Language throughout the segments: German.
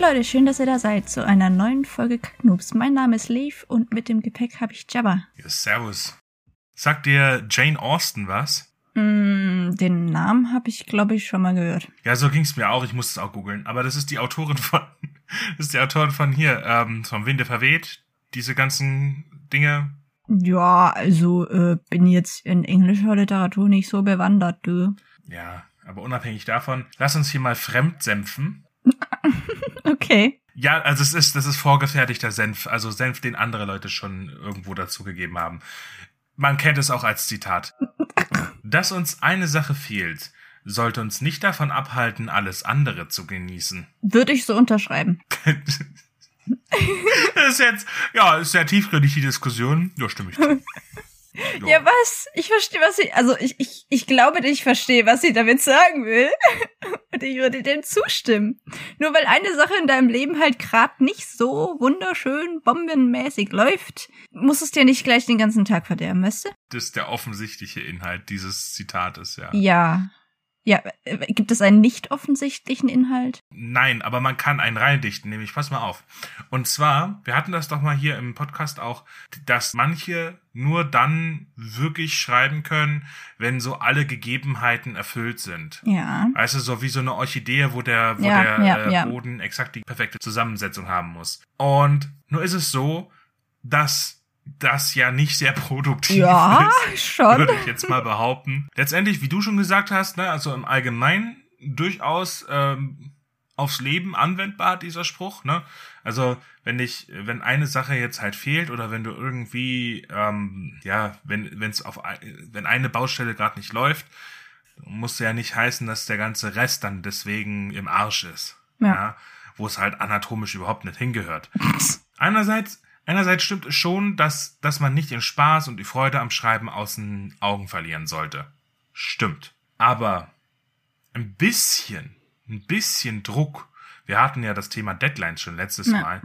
Leute, schön, dass ihr da seid zu einer neuen Folge Kacknoobs. Mein Name ist Leaf und mit dem Gepäck habe ich Jabba. Ja, servus. Sagt dir Jane Austen was? Den Namen habe ich, glaube ich, schon mal gehört. Ja, so ging's mir auch. Ich musste es auch googeln. Aber das ist die Autorin von, von hier, vom Winde verweht. Diese ganzen Dinge. Ja, also bin jetzt in englischer Literatur nicht so bewandert, du. Ja, aber unabhängig davon, lass uns hier mal fremdsenfen. Okay. Ja, also das ist vorgefertigter Senf, also Senf, den andere Leute schon irgendwo dazugegeben haben. Man kennt es auch als Zitat. Dass uns eine Sache fehlt, sollte uns nicht davon abhalten, alles andere zu genießen. Würde ich so unterschreiben. Das ist jetzt, ja, ist sehr tiefgründig, die Diskussion. Ja, stimme ich zu. Ja, was? Ich verstehe, was sie... Also, ich glaube, ich verstehe, was sie damit sagen will. Und ich würde dem zustimmen. Nur weil eine Sache in deinem Leben halt gerade nicht so wunderschön bombenmäßig läuft, muss es dir nicht gleich den ganzen Tag verderben, weißt du? Das ist der offensichtliche Inhalt dieses Zitates, ja. Ja. Ja, gibt es einen nicht offensichtlichen Inhalt? Nein, aber man kann einen reindichten, nämlich, pass mal auf. Und zwar, wir hatten das doch mal hier im Podcast auch, dass manche nur dann wirklich schreiben können, wenn so alle Gegebenheiten erfüllt sind. Ja. Weißt du, so wie so eine Orchidee, wo der Boden exakt die perfekte Zusammensetzung haben muss. Und nur ist es so, dass das ja nicht sehr produktiv ist, schon. würde ich jetzt mal behaupten. Letztendlich, wie du schon gesagt hast, ne, also im Allgemeinen durchaus aufs Leben anwendbar, dieser Spruch, ne? Also wenn eine Sache jetzt halt fehlt oder wenn du irgendwie, wenn eine Baustelle gerade nicht läuft, muss ja nicht heißen, dass der ganze Rest dann deswegen im Arsch ist. Ja, wo es halt anatomisch überhaupt nicht hingehört. Einerseits stimmt es schon, dass man nicht den Spaß und die Freude am Schreiben aus den Augen verlieren sollte. Stimmt. Aber ein bisschen Druck, wir hatten ja das Thema Deadlines schon letztes Mal,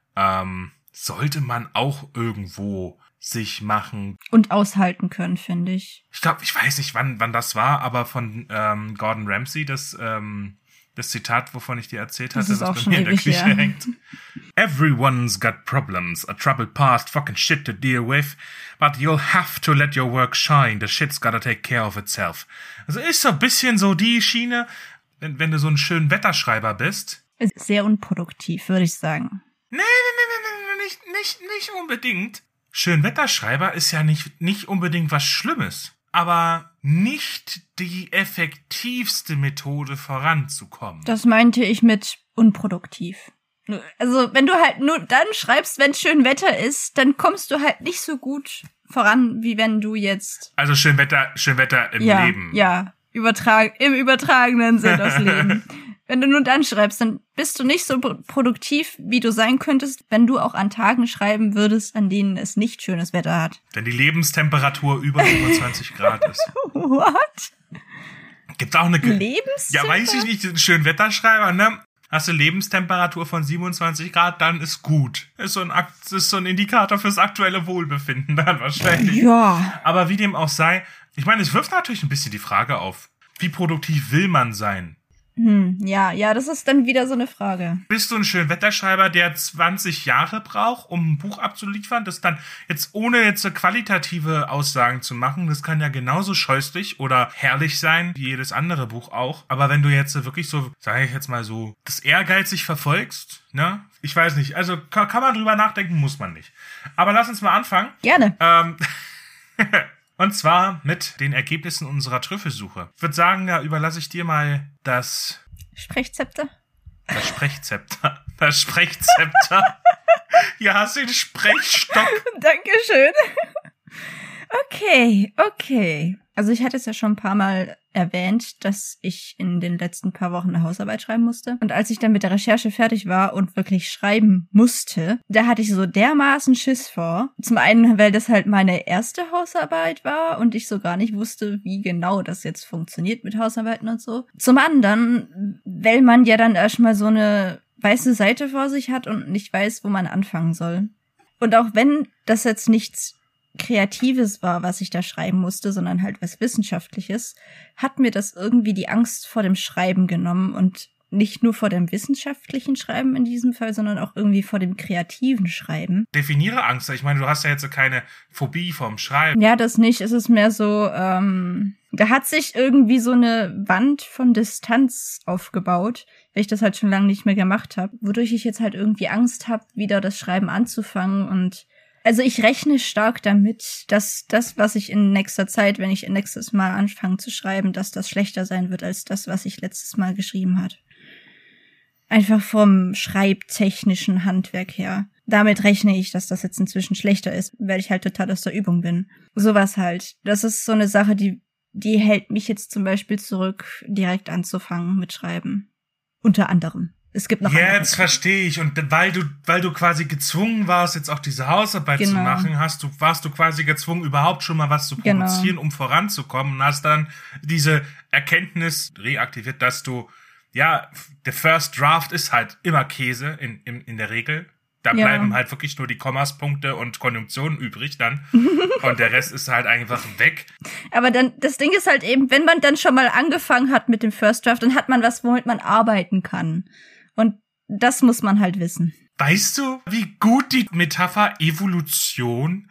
sollte man auch irgendwo sich machen. Und aushalten können, finde ich. Ich glaube, ich weiß nicht, wann das war, aber von Gordon Ramsay, das Zitat, wovon ich dir erzählt hatte, was bei mir in der Küche hängt. Everyone's got problems, a troubled past, fucking shit to deal with, but you'll have to let your work shine, the shit's gotta take care of itself. Also ist so ein bisschen so die Schiene, wenn du so ein schön Wetterschreiber bist. Sehr unproduktiv, würde ich sagen. Nee, nicht unbedingt. Schön Wetterschreiber ist ja nicht unbedingt was Schlimmes. Aber nicht die effektivste Methode voranzukommen. Das meinte ich mit unproduktiv. Also, wenn du halt nur dann schreibst, wenn schön Wetter ist, dann kommst du halt nicht so gut voran, wie wenn du jetzt... Also schön Wetter im Leben. Ja, im übertragenen Sinn das Leben. Wenn du nur dann schreibst, dann bist du nicht so produktiv, wie du sein könntest, wenn du auch an Tagen schreiben würdest, an denen es nicht schönes Wetter hat. Wenn die Lebenstemperatur über 25 Grad ist. What? Gibt's auch eine... Lebenstemperatur? Ja, weiß ich nicht, einen schönen Wetterschreiber, ne? Hast du Lebenstemperatur von 27 Grad, dann ist gut. Ist so ein Indikator fürs aktuelle Wohlbefinden dann wahrscheinlich. Ja. Aber wie dem auch sei, ich meine, es wirft natürlich ein bisschen die Frage auf, wie produktiv will man sein? Ja, das ist dann wieder so eine Frage. Bist du ein schöner Wetterschreiber, der 20 Jahre braucht, um ein Buch abzuliefern, das dann jetzt ohne jetzt so qualitative Aussagen zu machen, das kann ja genauso scheußlich oder herrlich sein, wie jedes andere Buch auch. Aber wenn du jetzt wirklich so, sage ich jetzt mal so, das ehrgeizig verfolgst, ne? Ich weiß nicht, also kann man drüber nachdenken, muss man nicht. Aber lass uns mal anfangen. Gerne. Und zwar mit den Ergebnissen unserer Trüffelsuche. Ich würde sagen, da überlasse ich dir mal das Sprechzepter. Das Sprechzepter. Das Sprechzepter. Hier hast du den Sprechstock. Dankeschön. Okay. Also ich hatte es ja schon ein paar Mal erwähnt, dass ich in den letzten paar Wochen eine Hausarbeit schreiben musste. Und als ich dann mit der Recherche fertig war und wirklich schreiben musste, da hatte ich so dermaßen Schiss vor. Zum einen, weil das halt meine erste Hausarbeit war und ich so gar nicht wusste, wie genau das jetzt funktioniert mit Hausarbeiten und so. Zum anderen, weil man ja dann erstmal so eine weiße Seite vor sich hat und nicht weiß, wo man anfangen soll. Und auch wenn das jetzt nichts Kreatives war, was ich da schreiben musste, sondern halt was Wissenschaftliches, hat mir das irgendwie die Angst vor dem Schreiben genommen und nicht nur vor dem wissenschaftlichen Schreiben in diesem Fall, sondern auch irgendwie vor dem kreativen Schreiben. Definiere Angst. Ich meine, du hast ja jetzt keine Phobie vom Schreiben. Ja, das nicht. Es ist mehr so, da hat sich irgendwie so eine Wand von Distanz aufgebaut, weil ich das halt schon lange nicht mehr gemacht habe, wodurch ich jetzt halt irgendwie Angst habe, wieder das Schreiben anzufangen. Und also ich rechne stark damit, dass das, was ich in nächster Zeit, wenn ich nächstes Mal anfange zu schreiben, dass das schlechter sein wird als das, was ich letztes Mal geschrieben habe. Einfach vom schreibtechnischen Handwerk her. Damit rechne ich, dass das jetzt inzwischen schlechter ist, weil ich halt total aus der Übung bin. Sowas halt. Das ist so eine Sache, die hält mich jetzt zum Beispiel zurück, direkt anzufangen mit Schreiben. Unter anderem. Es gibt noch Jetzt verstehe ich. Und weil du quasi gezwungen warst, jetzt auch diese Hausarbeit zu machen, warst du quasi gezwungen, überhaupt schon mal was zu produzieren, um voranzukommen. Und hast dann diese Erkenntnis reaktiviert, dass du, ja, der First Draft ist halt immer Käse in der Regel. Da bleiben halt wirklich nur die Kommaspunkte und Konjunktionen übrig dann. Und der Rest ist halt einfach weg. Aber dann, das Ding ist halt eben, wenn man dann schon mal angefangen hat mit dem First Draft, dann hat man was, womit man arbeiten kann. Und das muss man halt wissen. Weißt du, wie gut die Metapher Evolution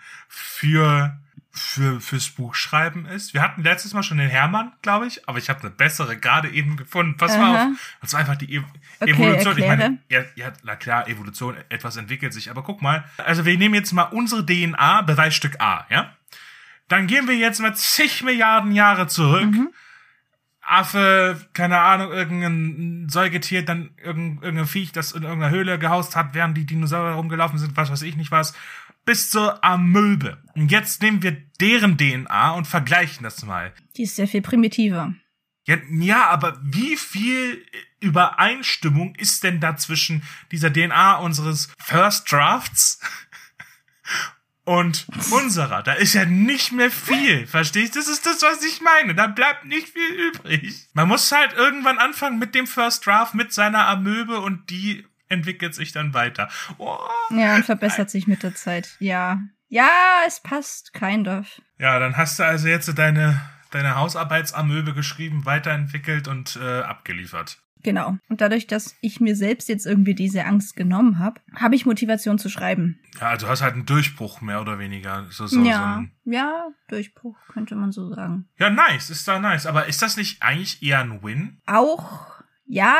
fürs Buchschreiben ist? Wir hatten letztes Mal schon den Hermann, glaube ich, aber ich habe eine bessere gerade eben gefunden. Pass mal auf. Das war einfach die Evolution. Erkläre. Ich meine, ja, na klar, Evolution, etwas entwickelt sich. Aber guck mal, also wir nehmen jetzt mal unsere DNA, Beweisstück A, ja? Dann gehen wir jetzt mal zig Milliarden Jahre zurück. Affe, keine Ahnung, irgendein Säugetier, dann irgendein Viech, das in irgendeiner Höhle gehaust hat, während die Dinosaurier rumgelaufen sind, was weiß ich nicht was, bis zur Amöbe. Und jetzt nehmen wir deren DNA und vergleichen das mal. Die ist sehr viel primitiver. Ja, aber wie viel Übereinstimmung ist denn da zwischen dieser DNA unseres First Drafts und unserer? Da ist ja nicht mehr viel, verstehst du? Das ist das, was ich meine. Da bleibt nicht viel übrig. Man muss halt irgendwann anfangen mit dem First Draft, mit seiner Amöbe, und die entwickelt sich dann weiter. Oh, ja, und verbessert sich mit der Zeit. Ja. Ja, es passt, kind of. Ja, dann hast du also jetzt deine Hausarbeitsamöbe geschrieben, weiterentwickelt und abgeliefert. Genau. Und dadurch, dass ich mir selbst jetzt irgendwie diese Angst genommen habe, habe ich Motivation zu schreiben. Ja, also du hast halt einen Durchbruch, mehr oder weniger. Ja, Durchbruch, könnte man so sagen. Ja, nice, ist da nice. Aber ist das nicht eigentlich eher ein Win? Auch, ja.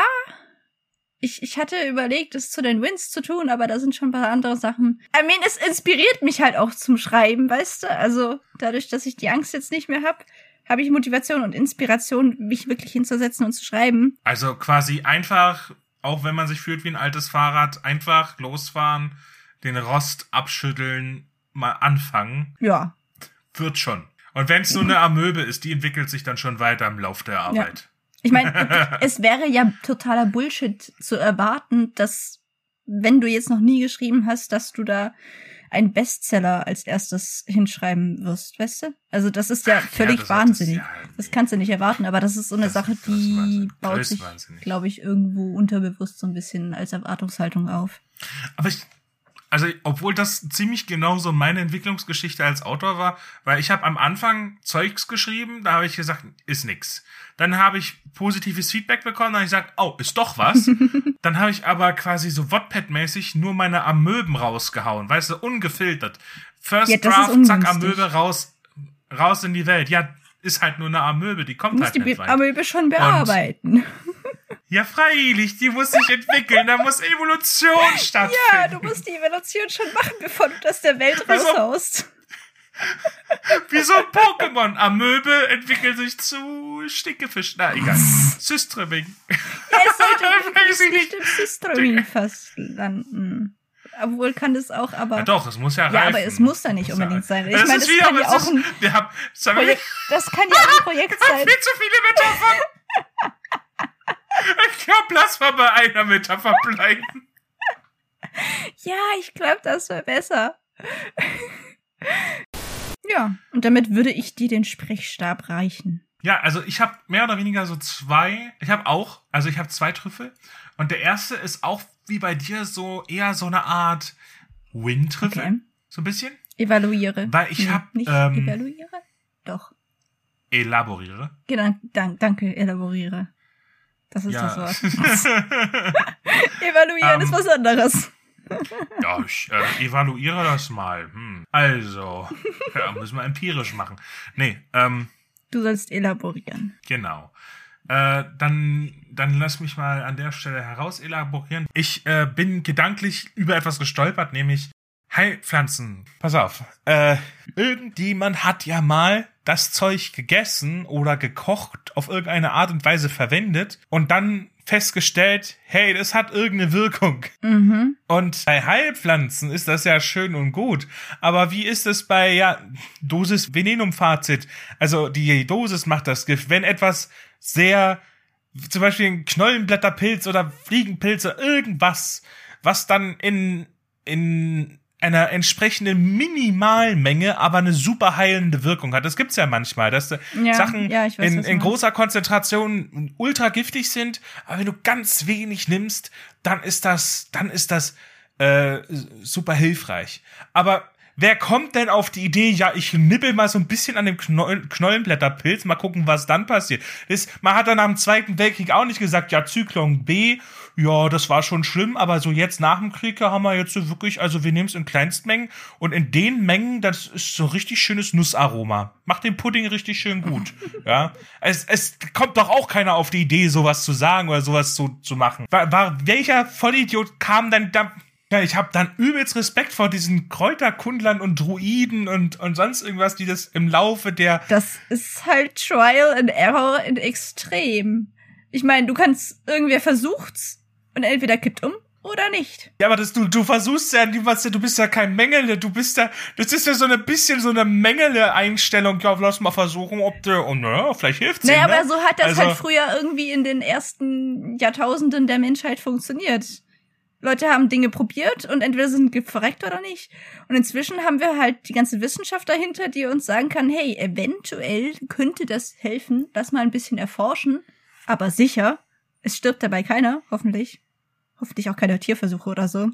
Ich hatte überlegt, es zu den Wins zu tun, aber da sind schon ein paar andere Sachen. I mean, es inspiriert mich halt auch zum Schreiben, weißt du? Also dadurch, dass ich die Angst jetzt nicht mehr habe ich Motivation und Inspiration, mich wirklich hinzusetzen und zu schreiben. Also quasi einfach, auch wenn man sich fühlt wie ein altes Fahrrad, einfach losfahren, den Rost abschütteln, mal anfangen. Ja. Wird schon. Und wenn es nur eine Amöbe ist, die entwickelt sich dann schon weiter im Lauf der Arbeit. Ja. Ich meine, es wäre ja totaler Bullshit zu erwarten, dass, wenn du jetzt noch nie geschrieben hast, dass du da einen Bestseller als erstes hinschreiben wirst, weißt du? Also das ist ja völlig wahnsinnig. Das kannst du nicht erwarten, aber das ist so eine Sache, die baut sich, glaube ich, irgendwo unterbewusst so ein bisschen als Erwartungshaltung auf. Aber obwohl das ziemlich genau so meine Entwicklungsgeschichte als Autor war, weil ich habe am Anfang Zeugs geschrieben, da habe ich gesagt, ist nix. Dann habe ich positives Feedback bekommen, dann habe ich gesagt, oh, ist doch was. Dann habe ich aber quasi so Wattpad-mäßig nur meine Amöben rausgehauen, weißt du, ungefiltert. First Draft, zack, Amöbe raus in die Welt. Ja, ist halt nur eine Amöbe, die kommt halt nicht weit. Du musst die Amöbe schon bearbeiten. Ja, freilich, die muss sich entwickeln, da muss Evolution stattfinden. Ja, du musst die Evolution schon machen, bevor du das der Welt raushaust. Wie so ein Pokémon. Amöbe entwickelt sich zu Stinkefisch. Na, egal. Syströming. Ja, es sollte nicht im Syströming fast landen. Obwohl kann das auch, aber... Ja doch, es muss ja reifen. Ja, aber es muss da nicht unbedingt sein. Ich meine, das kann ja auch ein Projekt, das kann ja auch ein Projekt sein. Viel zu viele Metaphern. Ich glaube, lass mal bei einer Metapher bleiben. Ja, ich glaube, das wäre besser. Ja, und damit würde ich dir den Sprechstab reichen. Ja, also ich habe mehr oder weniger so zwei. Ich habe zwei Trüffel. Und der erste ist auch wie bei dir so eher so eine Art Win-Trüffel. Okay. So ein bisschen. Evaluiere. Weil ich habe... Nicht evaluiere? Doch. Elaboriere. Genau, danke, elaboriere. Das ist das Wort. Evaluieren ist was anderes. Ja, ich evaluiere das mal. Also, müssen wir empirisch machen. Nee, Du sollst elaborieren. Genau. Dann lass mich mal an der Stelle heraus elaborieren. Ich bin gedanklich über etwas gestolpert, nämlich Heilpflanzen. Pass auf. Irgendjemand hat ja mal das Zeug gegessen oder gekocht, auf irgendeine Art und Weise verwendet und dann festgestellt, hey, das hat irgendeine Wirkung. Mhm. Und bei Heilpflanzen ist das ja schön und gut. Aber wie ist es bei, Dosis Venenum Fazit? Also die Dosis macht das Gift. Wenn etwas sehr, zum Beispiel ein Knollenblätterpilz oder Fliegenpilz oder irgendwas, was dann in einer entsprechenden Minimalmenge, aber eine super heilende Wirkung hat. Das gibt's ja manchmal, dass Sachen in großer Konzentration ultra giftig sind, aber wenn du ganz wenig nimmst, dann ist das super hilfreich. Aber wer kommt denn auf die Idee, ich nippel mal so ein bisschen an dem Knollenblätterpilz, mal gucken, was dann passiert. Man hat dann nach dem Zweiten Weltkrieg auch nicht gesagt, Zyklon B, das war schon schlimm, aber so jetzt nach dem Krieg haben wir jetzt so wirklich, also wir nehmen es in Kleinstmengen und in den Mengen, das ist so richtig schönes Nussaroma. Macht den Pudding richtig schön gut. Ja, es kommt doch auch keiner auf die Idee, sowas zu sagen oder sowas zu machen. Welcher Vollidiot kam denn da? Ja, ich habe dann übelst Respekt vor diesen Kräuterkundlern und Druiden und sonst irgendwas, die das im Laufe der... Das ist halt Trial and Error in Extrem. Ich meine, irgendwer versucht's und entweder kippt um oder nicht. Ja, aber du versuchst ja, du bist ja kein Mengele, das ist ja so ein bisschen so eine Mengele-Einstellung, lass mal versuchen, vielleicht hilft's ihm, aber so hat das halt früher irgendwie in den ersten Jahrtausenden der Menschheit funktioniert. Leute haben Dinge probiert und entweder sind verreckt oder nicht. Und inzwischen haben wir halt die ganze Wissenschaft dahinter, die uns sagen kann, hey, eventuell könnte das helfen, lass mal ein bisschen erforschen. Aber sicher, es stirbt dabei keiner, hoffentlich. Hoffentlich auch keine Tierversuche oder so.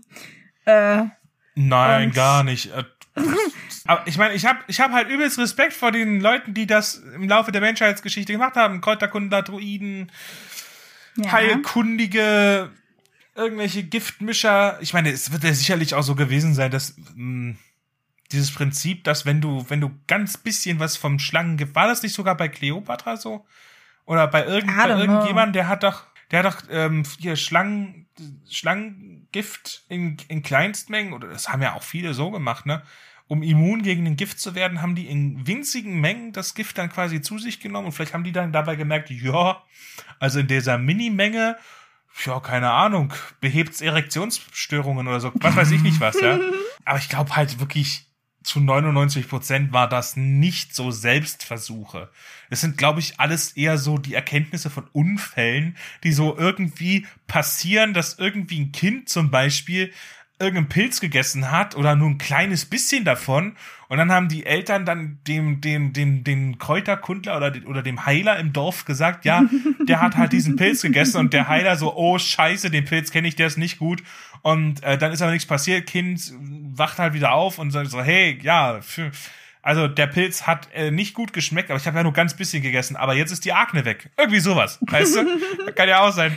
Nein, gar nicht. Aber ich meine, ich hab halt übelst Respekt vor den Leuten, die das im Laufe der Menschheitsgeschichte gemacht haben. Kräuterkundler, Druiden, Heilkundige, irgendwelche Giftmischer. Ich meine, es wird ja sicherlich auch so gewesen sein, dass dieses Prinzip, dass wenn du ganz bisschen was vom Schlangengift, war das nicht sogar bei Kleopatra so? Oder bei irgendjemandem, der hat doch hier Schlangengift in Kleinstmengen, oder das haben ja auch viele so gemacht, ne? Um immun gegen ein Gift zu werden, haben die in winzigen Mengen das Gift dann quasi zu sich genommen und vielleicht haben die dann dabei gemerkt, also in dieser Minimenge, keine Ahnung, behebt's Erektionsstörungen oder so, was weiß ich nicht was, ja. Aber ich glaube halt wirklich, zu 99% war das nicht so Selbstversuche. Das sind, glaube ich, alles eher so die Erkenntnisse von Unfällen, die so irgendwie passieren, dass irgendwie ein Kind zum Beispiel irgendeinen Pilz gegessen hat oder nur ein kleines bisschen davon und dann haben die Eltern dann dem Kräuterkundler oder dem Heiler im Dorf gesagt, der hat halt diesen Pilz gegessen und der Heiler so, oh scheiße, den Pilz kenne ich, der ist nicht gut und dann ist aber nichts passiert, Kind wacht halt wieder auf und sagt so, hey, also der Pilz hat nicht gut geschmeckt, aber ich habe ja nur ganz bisschen gegessen, aber jetzt ist die Akne weg. Irgendwie sowas, weißt du? Kann ja auch sein.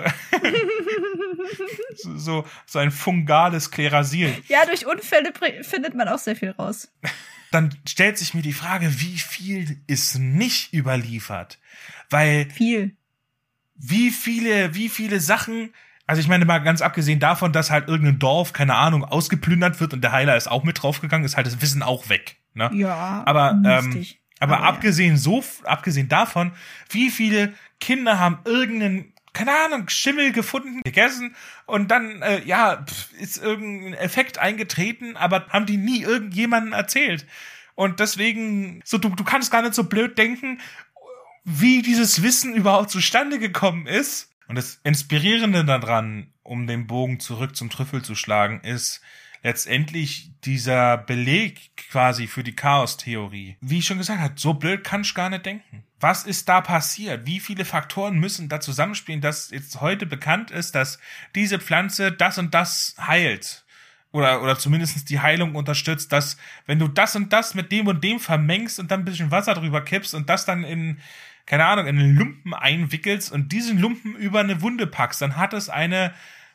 So ein fungales Klerasil. Ja, durch Unfälle findet man auch sehr viel raus. Dann stellt sich mir die Frage, wie viel ist nicht überliefert? Weil wie viele Sachen, also ich meine mal ganz abgesehen davon, dass halt irgendein Dorf, keine Ahnung, ausgeplündert wird und der Heiler ist auch mit draufgegangen, ist halt das Wissen auch weg. Ne? Ja, aber abgesehen davon, wie viele Kinder haben irgendeinen, keine Ahnung, Schimmel gefunden, gegessen und dann, ist irgendein Effekt eingetreten, aber haben die nie irgendjemandem erzählt. Und deswegen, so du kannst gar nicht so blöd denken, wie dieses Wissen überhaupt zustande gekommen ist. Und das Inspirierende daran, um den Bogen zurück zum Trüffel zu schlagen, ist letztendlich dieser Beleg quasi für die Chaos-Theorie. Wie ich schon gesagt habe, so blöd kannst du gar nicht denken. Was ist da passiert? Wie viele Faktoren müssen da zusammenspielen, dass jetzt heute bekannt ist, dass diese Pflanze das und das heilt? Oder zumindest die Heilung unterstützt, dass wenn du das und das mit dem und dem vermengst und dann ein bisschen Wasser drüber kippst und das dann in keine Ahnung, in einen Lumpen einwickelst und diesen Lumpen über eine Wunde packst, dann hat es eine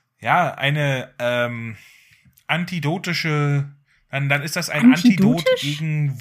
antidotische, dann ist das ein Antidot gegen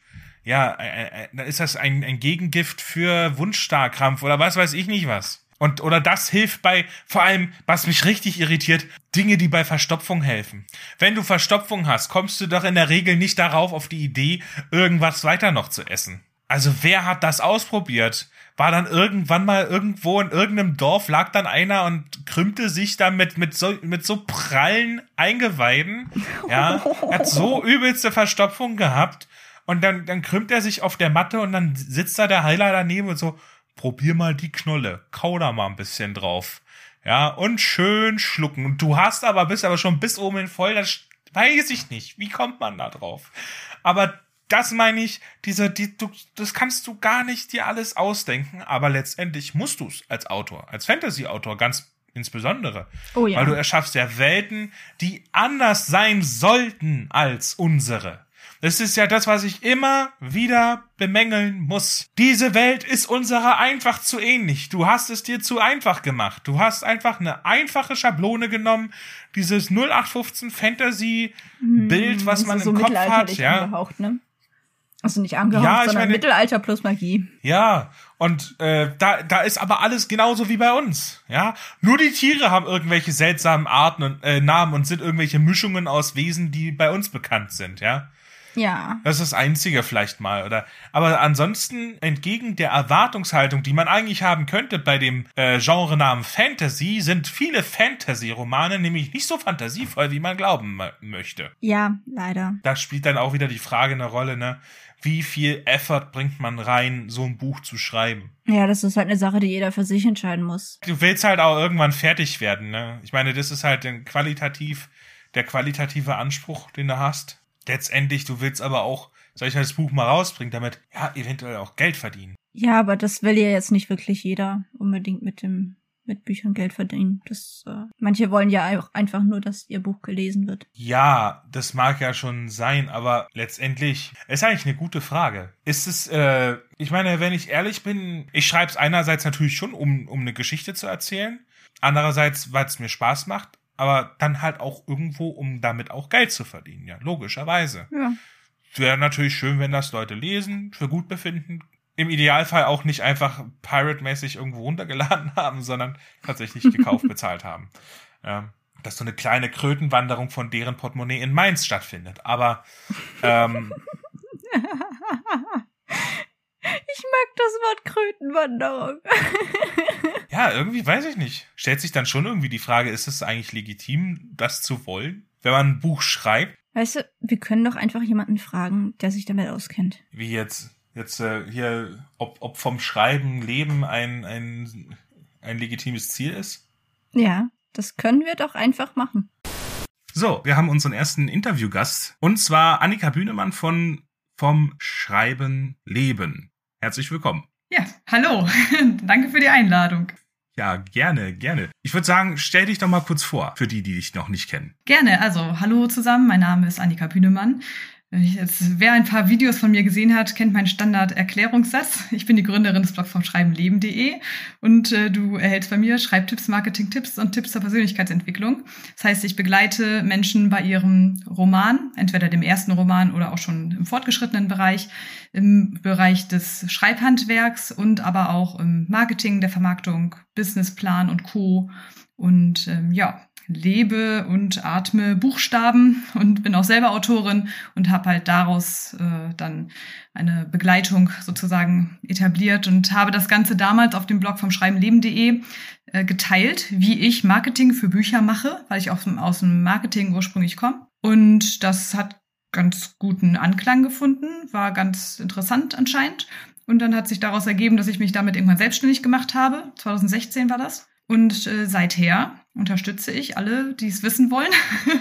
dann ist das ein Gegengift für Wundstarkrampf oder was weiß ich nicht was. Oder das hilft vor allem, was mich richtig irritiert, Dinge, die bei Verstopfung helfen. Wenn du Verstopfung hast, kommst du doch in der Regel nicht darauf auf die Idee, irgendwas weiter noch zu essen. Also wer hat das ausprobiert? War dann irgendwann mal irgendwo in irgendeinem Dorf, lag dann einer und krümmte sich dann mit so prallen Eingeweiden, ja, hat so übelste Verstopfung gehabt und dann krümmt er sich auf der Matte und dann sitzt da der Heiler daneben und so, probier mal die Knolle, kau da mal ein bisschen drauf, ja, und schön schlucken. Und du bist aber schon bis oben hin voll, das weiß ich nicht, wie kommt man da drauf? Aber das meine ich, das kannst du gar nicht dir alles ausdenken, aber letztendlich musst du es als Autor, als Fantasy-Autor ganz insbesondere. Oh ja. Weil du erschaffst ja Welten, die anders sein sollten als unsere. Das ist ja das, was ich immer wieder bemängeln muss. Diese Welt ist unserer einfach zu ähnlich. Du hast es dir zu einfach gemacht. Du hast einfach eine einfache Schablone genommen, dieses 0815 Fantasy-Bild, was man so im Kopf hat. Ja, angehaucht, ne? Also nicht angehaucht, sondern Mittelalter plus Magie. Ja, und da ist aber alles genauso wie bei uns. Ja, nur die Tiere haben irgendwelche seltsamen Arten und Namen und sind irgendwelche Mischungen aus Wesen, die bei uns bekannt sind. Ja. Ja. Das ist das Einzige vielleicht mal, oder? Aber ansonsten, entgegen der Erwartungshaltung, die man eigentlich haben könnte bei dem Genrenamen Fantasy, sind viele Fantasy-Romane nämlich nicht so fantasievoll, wie man glauben möchte. Ja, leider. Da spielt dann auch wieder die Frage eine Rolle, ne? Wie viel Effort bringt man rein, so ein Buch zu schreiben? Ja, das ist halt eine Sache, die jeder für sich entscheiden muss. Du willst halt auch irgendwann fertig werden, ne? Ich meine, das ist halt der qualitative Anspruch, den du hast. Letztendlich, du willst aber auch, soll ich das Buch mal rausbringen, damit, ja, eventuell auch Geld verdienen. Ja, aber das will ja jetzt nicht wirklich jeder unbedingt mit Büchern Geld verdienen. Manche wollen ja auch einfach nur, dass ihr Buch gelesen wird. Ja, das mag ja schon sein, aber letztendlich ist eigentlich eine gute Frage. Ist es, ich meine, wenn ich ehrlich bin, ich schreibe es einerseits natürlich schon, um eine Geschichte zu erzählen, andererseits, weil es mir Spaß macht, aber dann halt auch irgendwo, um damit auch Geld zu verdienen, ja, logischerweise. Ja. Wäre natürlich schön, wenn das Leute lesen, für gut befinden. Im Idealfall auch nicht einfach Pirate-mäßig irgendwo runtergeladen haben, sondern tatsächlich gekauft, bezahlt haben. Dass so eine kleine Krötenwanderung von deren Portemonnaie in Mainz stattfindet. Aber ich mag das Wort Krötenwanderung. Ja, irgendwie weiß ich nicht. Stellt sich dann schon irgendwie die Frage, ist es eigentlich legitim, das zu wollen, wenn man ein Buch schreibt? Weißt du, wir können doch einfach jemanden fragen, der sich damit auskennt. Wie jetzt hier, ob vom Schreiben Leben ein legitimes Ziel ist? Ja, das können wir doch einfach machen. So, wir haben unseren ersten Interviewgast, und zwar Annika Bühnemann vom Schreiben Leben. Herzlich willkommen. Ja, hallo. Danke für die Einladung. Ja, gerne. Ich würde sagen, stell dich doch mal kurz vor, für die dich noch nicht kennen. Gerne, also hallo zusammen, mein Name ist Annika Bühnemann. Wer ein paar Videos von mir gesehen hat, kennt meinen Standard-Erklärungssatz. Ich bin die Gründerin des Blogs vom schreibenleben.de und du erhältst bei mir Schreibtipps, Marketing-Tipps und Tipps zur Persönlichkeitsentwicklung. Das heißt, ich begleite Menschen bei ihrem Roman, entweder dem ersten Roman oder auch schon im fortgeschrittenen Bereich, im Bereich des Schreibhandwerks und aber auch im Marketing, der Vermarktung, Businessplan und Co. Und lebe und atme Buchstaben und bin auch selber Autorin und habe halt daraus dann eine Begleitung sozusagen etabliert und habe das Ganze damals auf dem Blog vom schreibenleben.de geteilt, wie ich Marketing für Bücher mache, weil ich aus dem Marketing ursprünglich komme. Und das hat ganz guten Anklang gefunden, war ganz interessant anscheinend. Und dann hat sich daraus ergeben, dass ich mich damit irgendwann selbstständig gemacht habe. 2016 war das. Und seither unterstütze ich alle, die es wissen wollen,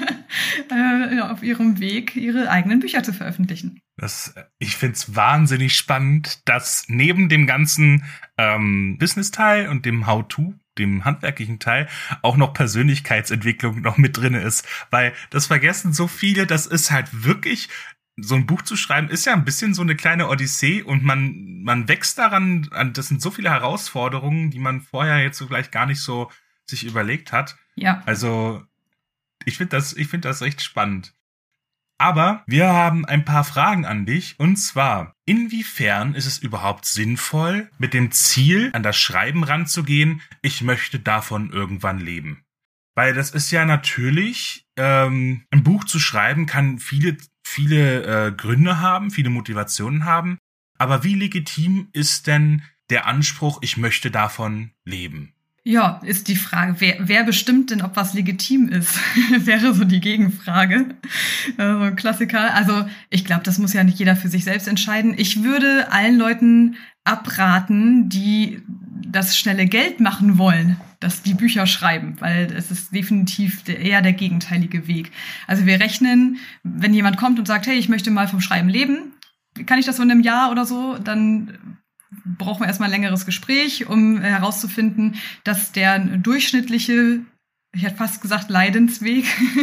auf ihrem Weg, ihre eigenen Bücher zu veröffentlichen. Ich find's wahnsinnig spannend, dass neben dem ganzen Business-Teil und dem How-To, dem handwerklichen Teil, auch noch Persönlichkeitsentwicklung noch mit drin ist. Weil das vergessen so viele, das ist halt wirklich so ein Buch zu schreiben ist ja ein bisschen so eine kleine Odyssee und man wächst daran, das sind so viele Herausforderungen, die man vorher jetzt so gleich gar nicht so sich überlegt hat. Ja. Also ich finde das recht spannend. Aber wir haben ein paar Fragen an dich, und zwar, inwiefern ist es überhaupt sinnvoll, mit dem Ziel an das Schreiben ranzugehen, ich möchte davon irgendwann leben? Weil das ist ja natürlich, ein Buch zu schreiben kann viele Gründe haben, viele Motivationen haben, aber wie legitim ist denn der Anspruch, ich möchte davon leben? Ja, ist die Frage, wer bestimmt denn, ob was legitim ist? Wäre so die Gegenfrage. Klassiker. Also ich glaube, das muss ja nicht jeder für sich selbst entscheiden. Ich würde allen Leuten abraten, die das schnelle Geld machen wollen, dass die Bücher schreiben, weil es ist definitiv eher der gegenteilige Weg. Also wir rechnen, wenn jemand kommt und sagt, hey, ich möchte mal vom Schreiben leben, kann ich das so in einem Jahr oder so, dann brauchen wir erstmal ein längeres Gespräch, um herauszufinden, dass der durchschnittliche, ich hätte fast gesagt, Leidensweg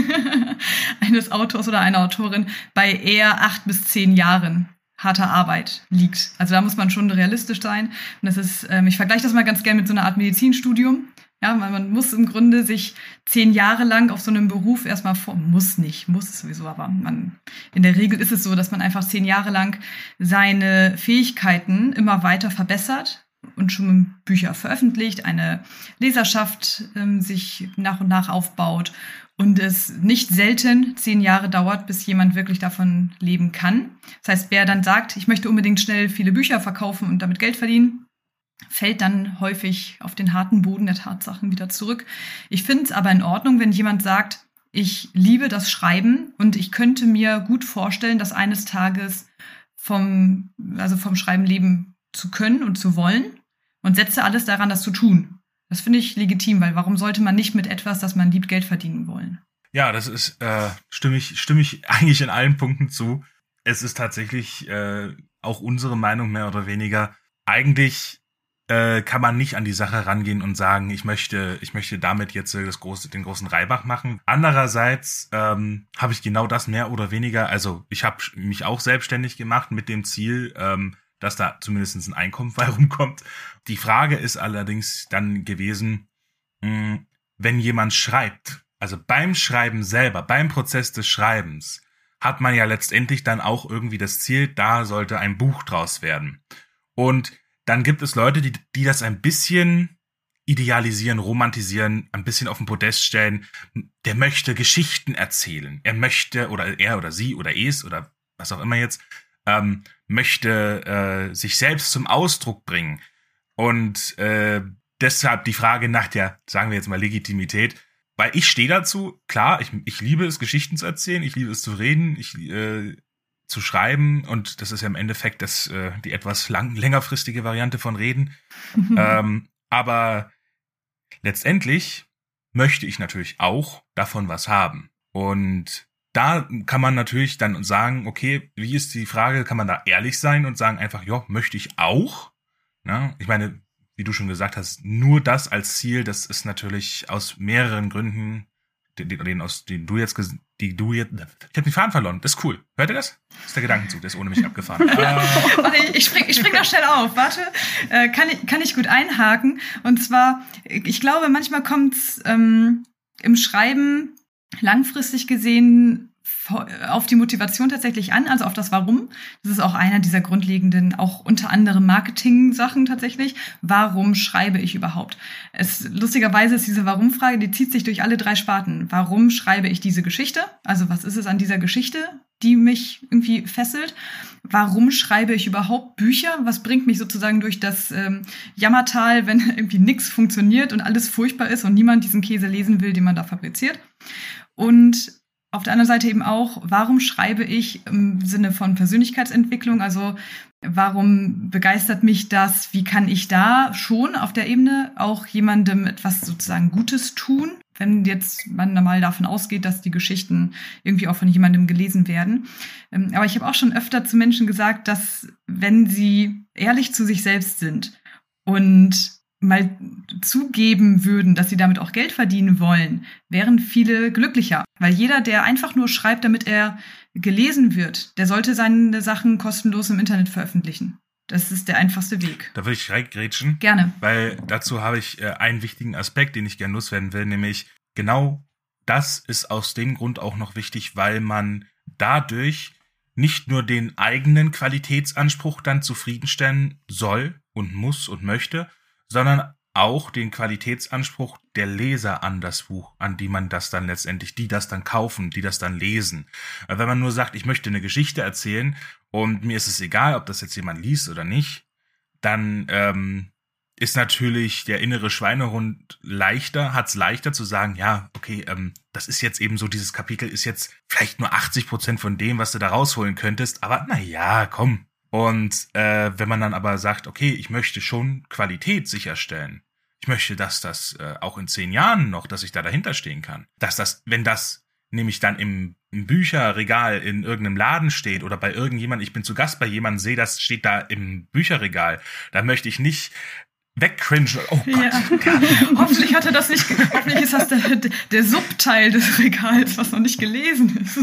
eines Autors oder einer Autorin bei eher 8 bis 10 Jahren harter Arbeit liegt. Also da muss man schon realistisch sein. Und das ist, ich vergleiche das mal ganz gerne mit so einer Art Medizinstudium. Ja, man muss im Grunde sich 10 Jahre lang auf so einem Beruf erstmal muss es sowieso, aber in der Regel ist es so, dass man einfach 10 Jahre lang seine Fähigkeiten immer weiter verbessert und schon Bücher veröffentlicht, eine Leserschaft sich nach und nach aufbaut und es nicht selten 10 Jahre dauert, bis jemand wirklich davon leben kann. Das heißt, wer dann sagt, ich möchte unbedingt schnell viele Bücher verkaufen und damit Geld verdienen, fällt dann häufig auf den harten Boden der Tatsachen wieder zurück. Ich finde es aber in Ordnung, wenn jemand sagt, ich liebe das Schreiben und ich könnte mir gut vorstellen, das eines Tages vom Schreiben leben zu können und zu wollen und setze alles daran, das zu tun. Das finde ich legitim, weil warum sollte man nicht mit etwas, das man liebt, Geld verdienen wollen? Ja, das ist, stimme ich eigentlich in allen Punkten zu. Es ist tatsächlich auch unsere Meinung mehr oder weniger. Eigentlich kann man nicht an die Sache rangehen und sagen, ich möchte damit jetzt den großen Reibach machen. Andererseits habe ich genau das mehr oder weniger, also ich habe mich auch selbstständig gemacht mit dem Ziel, dass da zumindest ein Einkommen bei rumkommt. Die Frage ist allerdings dann gewesen, wenn jemand schreibt, also beim Schreiben selber, beim Prozess des Schreibens, hat man ja letztendlich dann auch irgendwie das Ziel, da sollte ein Buch draus werden. Und dann gibt es Leute, die das ein bisschen idealisieren, romantisieren, ein bisschen auf den Podest stellen. Der möchte Geschichten erzählen. Er möchte, oder er oder sie oder es oder was auch immer jetzt, möchte sich selbst zum Ausdruck bringen. Und deshalb die Frage nach der, sagen wir jetzt mal, Legitimität. Weil ich stehe dazu, klar, ich liebe es, Geschichten zu erzählen, ich liebe es zu reden, zu schreiben, und das ist ja im Endeffekt die etwas längerfristige Variante von Reden. Aber letztendlich möchte ich natürlich auch davon was haben. Und da kann man natürlich dann sagen, okay, wie ist die Frage, kann man da ehrlich sein und sagen einfach, ja, möchte ich auch? Na, ich meine, wie du schon gesagt hast, nur das als Ziel, das ist natürlich aus mehreren Gründen, ich habe den Faden verloren. Das ist cool. Hört ihr das? Das ist der Gedankenzug, der ist ohne mich abgefahren. Warte, ich spring da schnell auf. Warte, kann ich gut einhaken. Und zwar, ich glaube, manchmal kommt's im Schreiben langfristig gesehen auf die Motivation tatsächlich an, also auf das Warum. Das ist auch einer dieser grundlegenden, auch unter anderem Marketing-Sachen tatsächlich. Warum schreibe ich überhaupt? Lustigerweise ist diese Warum-Frage, die zieht sich durch alle 3 Sparten. Warum schreibe ich diese Geschichte? Also was ist es an dieser Geschichte, die mich irgendwie fesselt? Warum schreibe ich überhaupt Bücher? Was bringt mich sozusagen durch das Jammertal, wenn irgendwie nichts funktioniert und alles furchtbar ist und niemand diesen Käse lesen will, den man da fabriziert? Und auf der anderen Seite eben auch, warum schreibe ich im Sinne von Persönlichkeitsentwicklung? Also warum begeistert mich das? Wie kann ich da schon auf der Ebene auch jemandem etwas sozusagen Gutes tun? Wenn jetzt man mal davon ausgeht, dass die Geschichten irgendwie auch von jemandem gelesen werden. Aber ich habe auch schon öfter zu Menschen gesagt, dass wenn sie ehrlich zu sich selbst sind und mal zugeben würden, dass sie damit auch Geld verdienen wollen, wären viele glücklicher. Weil jeder, der einfach nur schreibt, damit er gelesen wird, der sollte seine Sachen kostenlos im Internet veröffentlichen. Das ist der einfachste Weg. Da würde ich reingrätschen. Gerne. Weil dazu habe ich einen wichtigen Aspekt, den ich gerne loswerden will, nämlich genau das ist aus dem Grund auch noch wichtig, weil man dadurch nicht nur den eigenen Qualitätsanspruch dann zufriedenstellen soll und muss und möchte, sondern auch den Qualitätsanspruch der Leser an das Buch, an die man das dann letztendlich, die das dann kaufen, die das dann lesen. Wenn man nur sagt, ich möchte eine Geschichte erzählen und mir ist es egal, ob das jetzt jemand liest oder nicht, dann ist natürlich der innere Schweinehund hat's leichter zu sagen, ja, okay, das ist jetzt eben so, dieses Kapitel ist jetzt vielleicht nur 80% von dem, was du da rausholen könntest, aber na ja, komm. Und wenn man dann aber sagt, okay, ich möchte schon Qualität sicherstellen, ich möchte, dass das auch in 10 Jahren noch, dass ich da dahinter stehen kann, dass das, wenn das nämlich dann im Bücherregal in irgendeinem Laden steht oder bei irgendjemand, ich bin zu Gast bei jemandem, sehe, das steht da im Bücherregal, da möchte ich nicht wegcringen. Oh Gott. Ja. Hoffentlich hat er das nicht, hoffentlich ist das der Subteil des Regals, was noch nicht gelesen ist.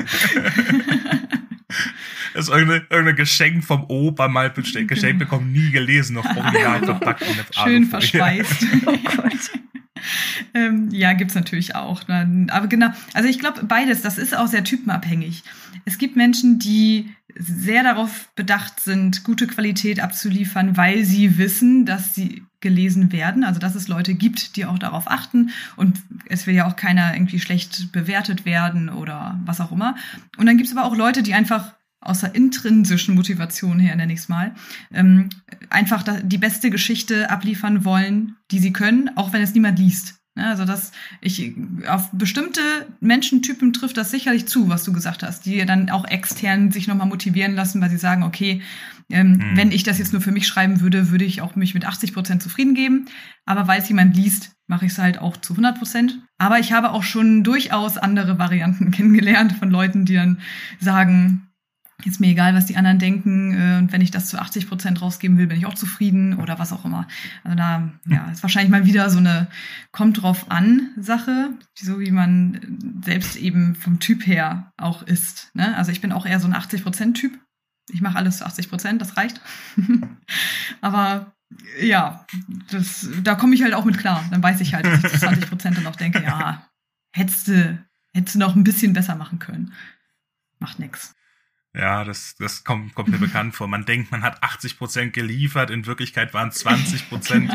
Das ist irgendein Geschenk vom Opa mal geschenkt bekommen, nie gelesen, noch original verpackt. Schön verschweißt. Oh Gott. Ja, gibt's natürlich auch. Aber genau, also ich glaube beides, das ist auch sehr typenabhängig. Es gibt Menschen, die sehr darauf bedacht sind, gute Qualität abzuliefern, weil sie wissen, dass sie gelesen werden. Also dass es Leute gibt, die auch darauf achten. Und es will ja auch keiner irgendwie schlecht bewertet werden oder was auch immer. Und dann gibt's aber auch Leute, die einfach aus der intrinsischen Motivation her, nenne ich es mal, einfach die beste Geschichte abliefern wollen, die sie können, auch wenn es niemand liest. Also auf bestimmte Menschentypen trifft das sicherlich zu, was du gesagt hast, die dann auch extern sich nochmal motivieren lassen, weil sie sagen, okay, wenn ich das jetzt nur für mich schreiben würde, würde ich auch mich mit 80% zufrieden geben. Aber weil es jemand liest, mache ich es halt auch zu 100%. Aber ich habe auch schon durchaus andere Varianten kennengelernt von Leuten, die dann sagen, ist mir egal, was die anderen denken, und wenn ich das zu 80% rausgeben will, bin ich auch zufrieden oder was auch immer. Also da, ja, ist wahrscheinlich mal wieder so eine kommt drauf an Sache, so wie man selbst eben vom Typ her auch ist. Ne? Also ich bin auch eher so ein 80%-Typ. Ich mache alles zu 80%, das reicht. Aber ja, da komme ich halt auch mit klar. Dann weiß ich halt, dass ich zu 20% dann auch denke, ja, hättest du noch ein bisschen besser machen können. Macht nix. Ja, das kommt mir bekannt vor. Man denkt, man hat 80% geliefert, in Wirklichkeit waren es 20%.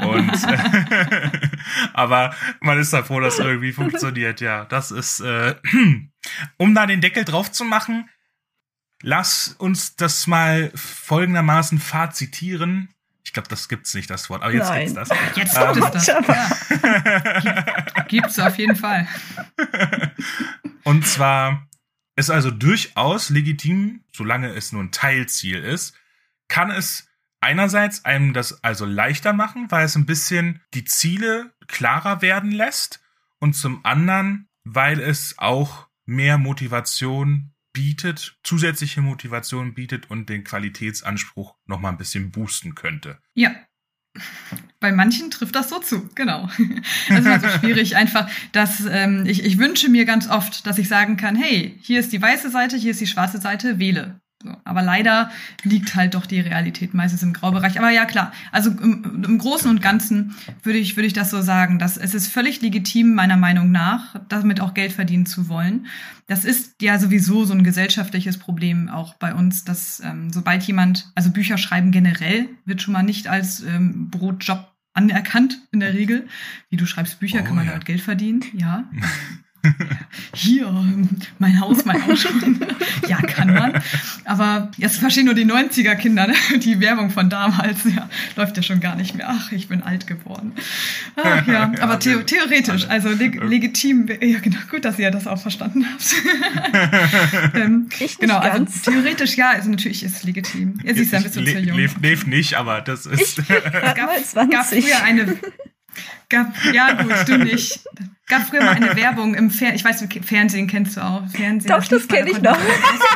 Aber man ist da froh, dass es irgendwie funktioniert. Ja, das ist, um da den Deckel drauf zu machen, lass uns das mal folgendermaßen fazitieren. Ich glaube, das gibt's nicht, das Wort. Aber jetzt gibt's das. Jetzt gibt es das. Ja. Gibt's auf jeden Fall. Und zwar ist also durchaus legitim, solange es nur ein Teilziel ist, kann es einerseits einem das also leichter machen, weil es ein bisschen die Ziele klarer werden lässt und zum anderen, weil es auch mehr Motivation bietet, zusätzliche Motivation bietet und den Qualitätsanspruch nochmal ein bisschen boosten könnte. Ja. Bei manchen trifft das so zu, genau. Das ist also schwierig einfach, dass ich wünsche mir ganz oft, dass ich sagen kann, hey, hier ist die weiße Seite, hier ist die schwarze Seite, wähle. So, aber leider liegt halt doch die Realität meistens im Graubereich. Aber ja, klar, also im Großen und Ganzen würde ich das so sagen, dass es ist völlig legitim, meiner Meinung nach, damit auch Geld verdienen zu wollen. Das ist ja sowieso so ein gesellschaftliches Problem auch bei uns, dass sobald jemand, also Bücher schreiben generell, wird schon mal nicht als Brotjob anerkannt in der Regel. Wie du schreibst Bücher, kann man damit Geld verdienen, ja. Hier, mein Haus, mein Auto. Ja, kann man. Aber jetzt verstehen nur die 90er-Kinder, ne? Die Werbung von damals, ja, läuft ja schon gar nicht mehr. Ach, ich bin alt geworden. Ach, ja, aber theoretisch, also legitim, ja, genau, gut, dass ihr das auch verstanden habt. Genau, also theoretisch, ja, also natürlich ist es legitim. Ihr seid ein bisschen zu jung. Lebt nicht, aber das ist... Es gab früher Ja, gut, stimmt nicht. Gab früher mal eine Werbung im Fernsehen kennst du auch. Fernsehen, doch, das kenne ich noch.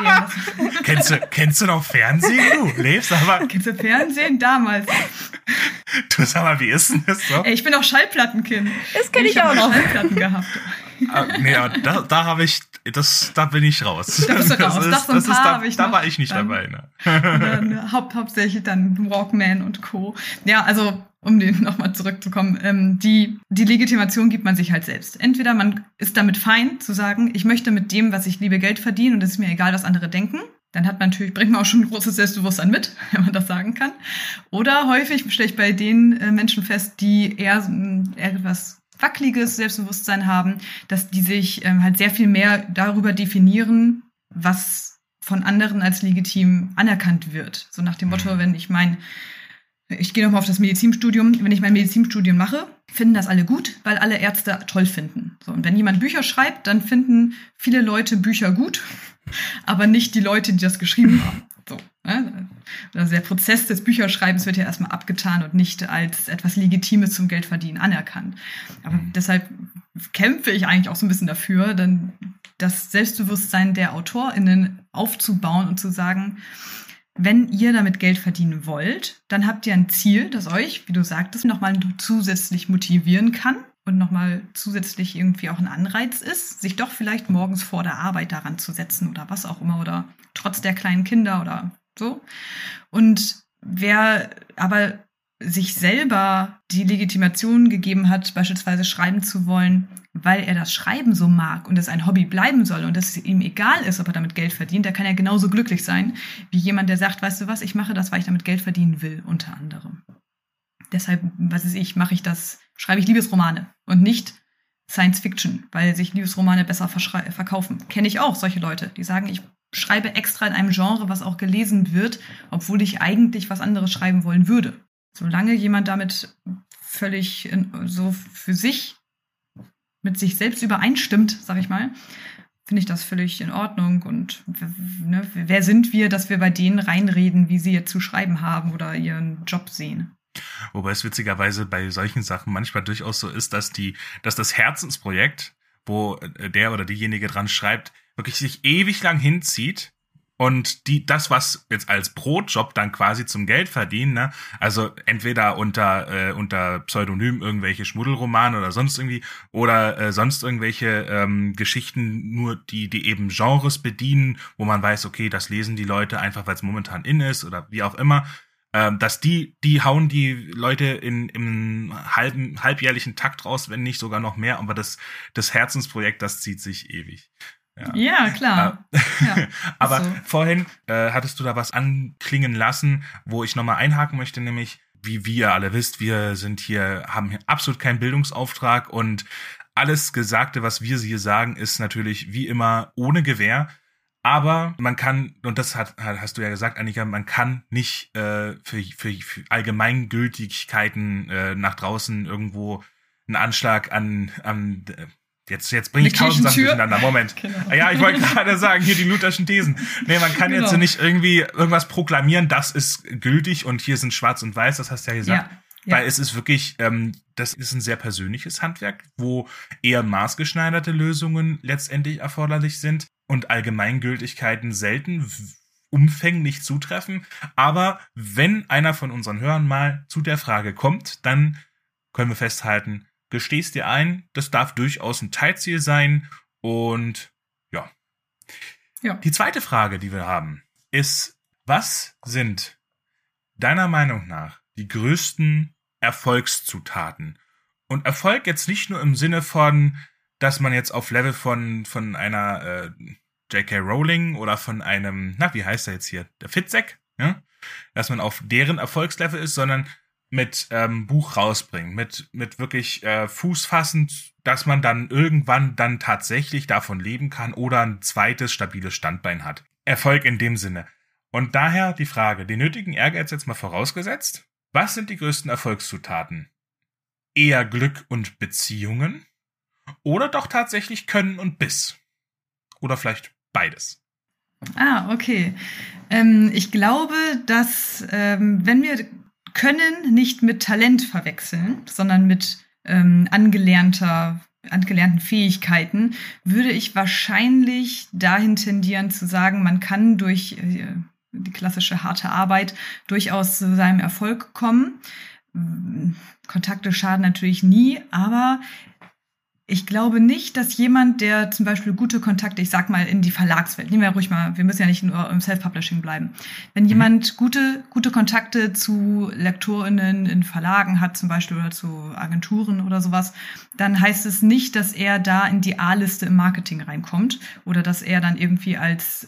Kennst du noch Fernsehen? Du lebst aber. Kennst du Fernsehen? Damals. Du, sag mal, wie ist denn das so? Ey, ich bin auch Schallplattenkind. Das kenne ich auch noch. Schallplatten gehabt. Nee, da bin ich raus. Da bist du raus. Da war ich nicht dabei. Ne? Hauptsächlich dann Walkman und Co. Ja, also um den nochmal zurückzukommen, die Legitimation gibt man sich halt selbst. Entweder man ist damit fein zu sagen, ich möchte mit dem, was ich liebe, Geld verdienen und es ist mir egal, was andere denken. Dann bringt man auch schon ein großes Selbstbewusstsein mit, wenn man das sagen kann. Oder häufig stelle ich bei den Menschen fest, die eher etwas wackeliges Selbstbewusstsein haben, dass die sich halt sehr viel mehr darüber definieren, was von anderen als legitim anerkannt wird. So nach dem Motto, ich gehe nochmal auf das Medizinstudium. Wenn ich mein Medizinstudium mache, finden das alle gut, weil alle Ärzte toll finden. So, und wenn jemand Bücher schreibt, dann finden viele Leute Bücher gut, aber nicht die Leute, die das geschrieben haben. So, ne? Also der Prozess des Bücherschreibens wird ja erstmal abgetan und nicht als etwas Legitimes zum Geldverdienen anerkannt. Aber deshalb kämpfe ich eigentlich auch so ein bisschen dafür, dann das Selbstbewusstsein der AutorInnen aufzubauen und zu sagen, wenn ihr damit Geld verdienen wollt, dann habt ihr ein Ziel, das euch, wie du sagtest, nochmal zusätzlich motivieren kann und nochmal zusätzlich irgendwie auch ein Anreiz ist, sich doch vielleicht morgens vor der Arbeit daran zu setzen oder was auch immer oder trotz der kleinen Kinder oder so. Und wer aber sich selber die Legitimation gegeben hat, beispielsweise schreiben zu wollen, weil er das Schreiben so mag und es ein Hobby bleiben soll und es ihm egal ist, ob er damit Geld verdient, der kann ja genauso glücklich sein, wie jemand, der sagt, weißt du was, ich mache das, weil ich damit Geld verdienen will, unter anderem. Deshalb, schreibe ich Liebesromane und nicht Science Fiction, weil sich Liebesromane besser verkaufen. Kenne ich auch solche Leute, die sagen, ich schreibe extra in einem Genre, was auch gelesen wird, obwohl ich eigentlich was anderes schreiben wollen würde. Solange jemand damit völlig so für sich mit sich selbst übereinstimmt, sag ich mal, finde ich das völlig in Ordnung. Und wer sind wir, dass wir bei denen reinreden, wie sie jetzt zu schreiben haben oder ihren Job sehen? Wobei es witzigerweise bei solchen Sachen manchmal durchaus so ist, dass das Herzensprojekt, wo der oder diejenige dran schreibt, wirklich sich ewig lang hinzieht und das, was jetzt als Brotjob dann quasi zum Geld verdienen, ne? Also entweder unter Pseudonym irgendwelche Schmuddelromane oder sonst irgendwie oder sonst irgendwelche Geschichten, nur die eben Genres bedienen, wo man weiß, okay, das lesen die Leute einfach, weil es momentan in ist oder wie auch immer. Dass die hauen die Leute im halbjährlichen Takt raus, wenn nicht sogar noch mehr, aber das Herzensprojekt, das zieht sich ewig. Ja, klar. Ja, aber so. Vorhin hattest du da was anklingen lassen, wo ich nochmal einhaken möchte, nämlich, wie ihr alle wisst, wir haben hier absolut keinen Bildungsauftrag und alles Gesagte, was wir hier sagen, ist natürlich wie immer ohne Gewähr. Aber man kann, und das hast du ja gesagt, Annika, man kann nicht für Allgemeingültigkeiten nach draußen irgendwo einen Anschlag an jetzt bringe ich 1000 Sachen durcheinander. Moment. Genau. Ja, ich wollte gerade sagen, hier die Lutherschen Thesen. Nee, man kann jetzt nicht irgendwie irgendwas proklamieren, das ist gültig und hier sind schwarz und weiß, das hast du ja gesagt. Ja. Weil es ist wirklich, das ist ein sehr persönliches Handwerk, wo eher maßgeschneiderte Lösungen letztendlich erforderlich sind und Allgemeingültigkeiten selten umfänglich zutreffen. Aber wenn einer von unseren Hörern mal zu der Frage kommt, dann können wir festhalten, gestehst dir ein, das darf durchaus ein Teilziel sein. Und ja. Die zweite Frage, die wir haben, ist, was sind deiner Meinung nach die größten Erfolgszutaten? Und Erfolg jetzt nicht nur im Sinne von, dass man jetzt auf Level von einer J.K. Rowling oder von einem, wie heißt er jetzt hier, der Fitzek, ja? Dass man auf deren Erfolgslevel ist, sondern mit Buch rausbringen, mit wirklich Fuß fassend, dass man dann irgendwann dann tatsächlich davon leben kann oder ein zweites stabiles Standbein hat. Erfolg in dem Sinne. Und daher die Frage, den nötigen Ehrgeiz jetzt mal vorausgesetzt, was sind die größten Erfolgszutaten? Eher Glück und Beziehungen oder doch tatsächlich Können und Biss? Oder vielleicht beides? Okay. Ich glaube, dass wenn wir Können nicht mit Talent verwechseln, sondern mit angelernten Fähigkeiten, würde ich wahrscheinlich dahin tendieren zu sagen, man kann durch die klassische harte Arbeit durchaus zu seinem Erfolg kommen. Kontakte schaden natürlich nie, aber ich glaube nicht, dass jemand, der zum Beispiel gute Kontakte, ich sag mal, in die Verlagswelt, nehmen wir ruhig mal, wir müssen ja nicht nur im Self-Publishing bleiben. Wenn jemand gute Kontakte zu LektorInnen in Verlagen hat zum Beispiel oder zu Agenturen oder sowas, dann heißt es nicht, dass er da in die A-Liste im Marketing reinkommt oder dass er dann irgendwie als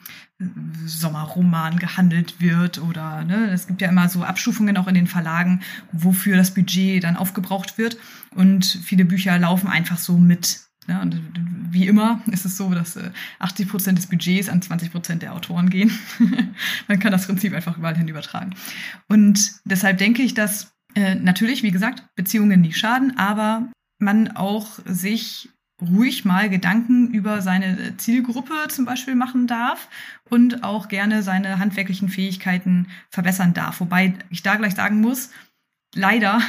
Sommerroman gehandelt wird oder es gibt ja immer so Abstufungen auch in den Verlagen, wofür das Budget dann aufgebraucht wird und viele Bücher laufen einfach so mit. Ja, und wie immer ist es so, dass 80% des Budgets an 20% der Autoren gehen. Man kann das Prinzip einfach überall hin übertragen. Und deshalb denke ich, dass natürlich, wie gesagt, Beziehungen nie schaden, aber man auch sich ruhig mal Gedanken über seine Zielgruppe zum Beispiel machen darf und auch gerne seine handwerklichen Fähigkeiten verbessern darf. Wobei ich da gleich sagen muss, leider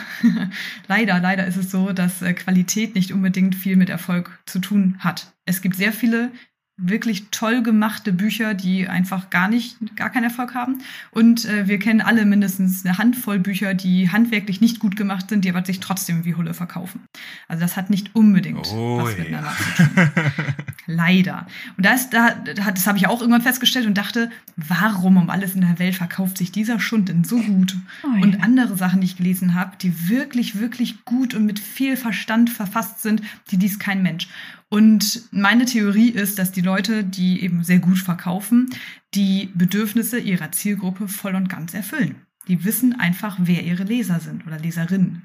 ist es so, dass Qualität nicht unbedingt viel mit Erfolg zu tun hat. Es gibt sehr viele wirklich toll gemachte Bücher, die einfach gar keinen Erfolg haben. Und wir kennen alle mindestens eine Handvoll Bücher, die handwerklich nicht gut gemacht sind, die aber sich trotzdem wie Hulle verkaufen. Also das hat nicht unbedingt was miteinander zu tun. Leider. Und das habe ich auch irgendwann festgestellt und dachte, warum um alles in der Welt verkauft sich dieser Schund denn so gut? Und andere Sachen, die ich gelesen habe, die wirklich, wirklich gut und mit viel Verstand verfasst sind, die liest kein Mensch. Und meine Theorie ist, dass die Leute, die eben sehr gut verkaufen, die Bedürfnisse ihrer Zielgruppe voll und ganz erfüllen. Die wissen einfach, wer ihre Leser sind oder Leserinnen.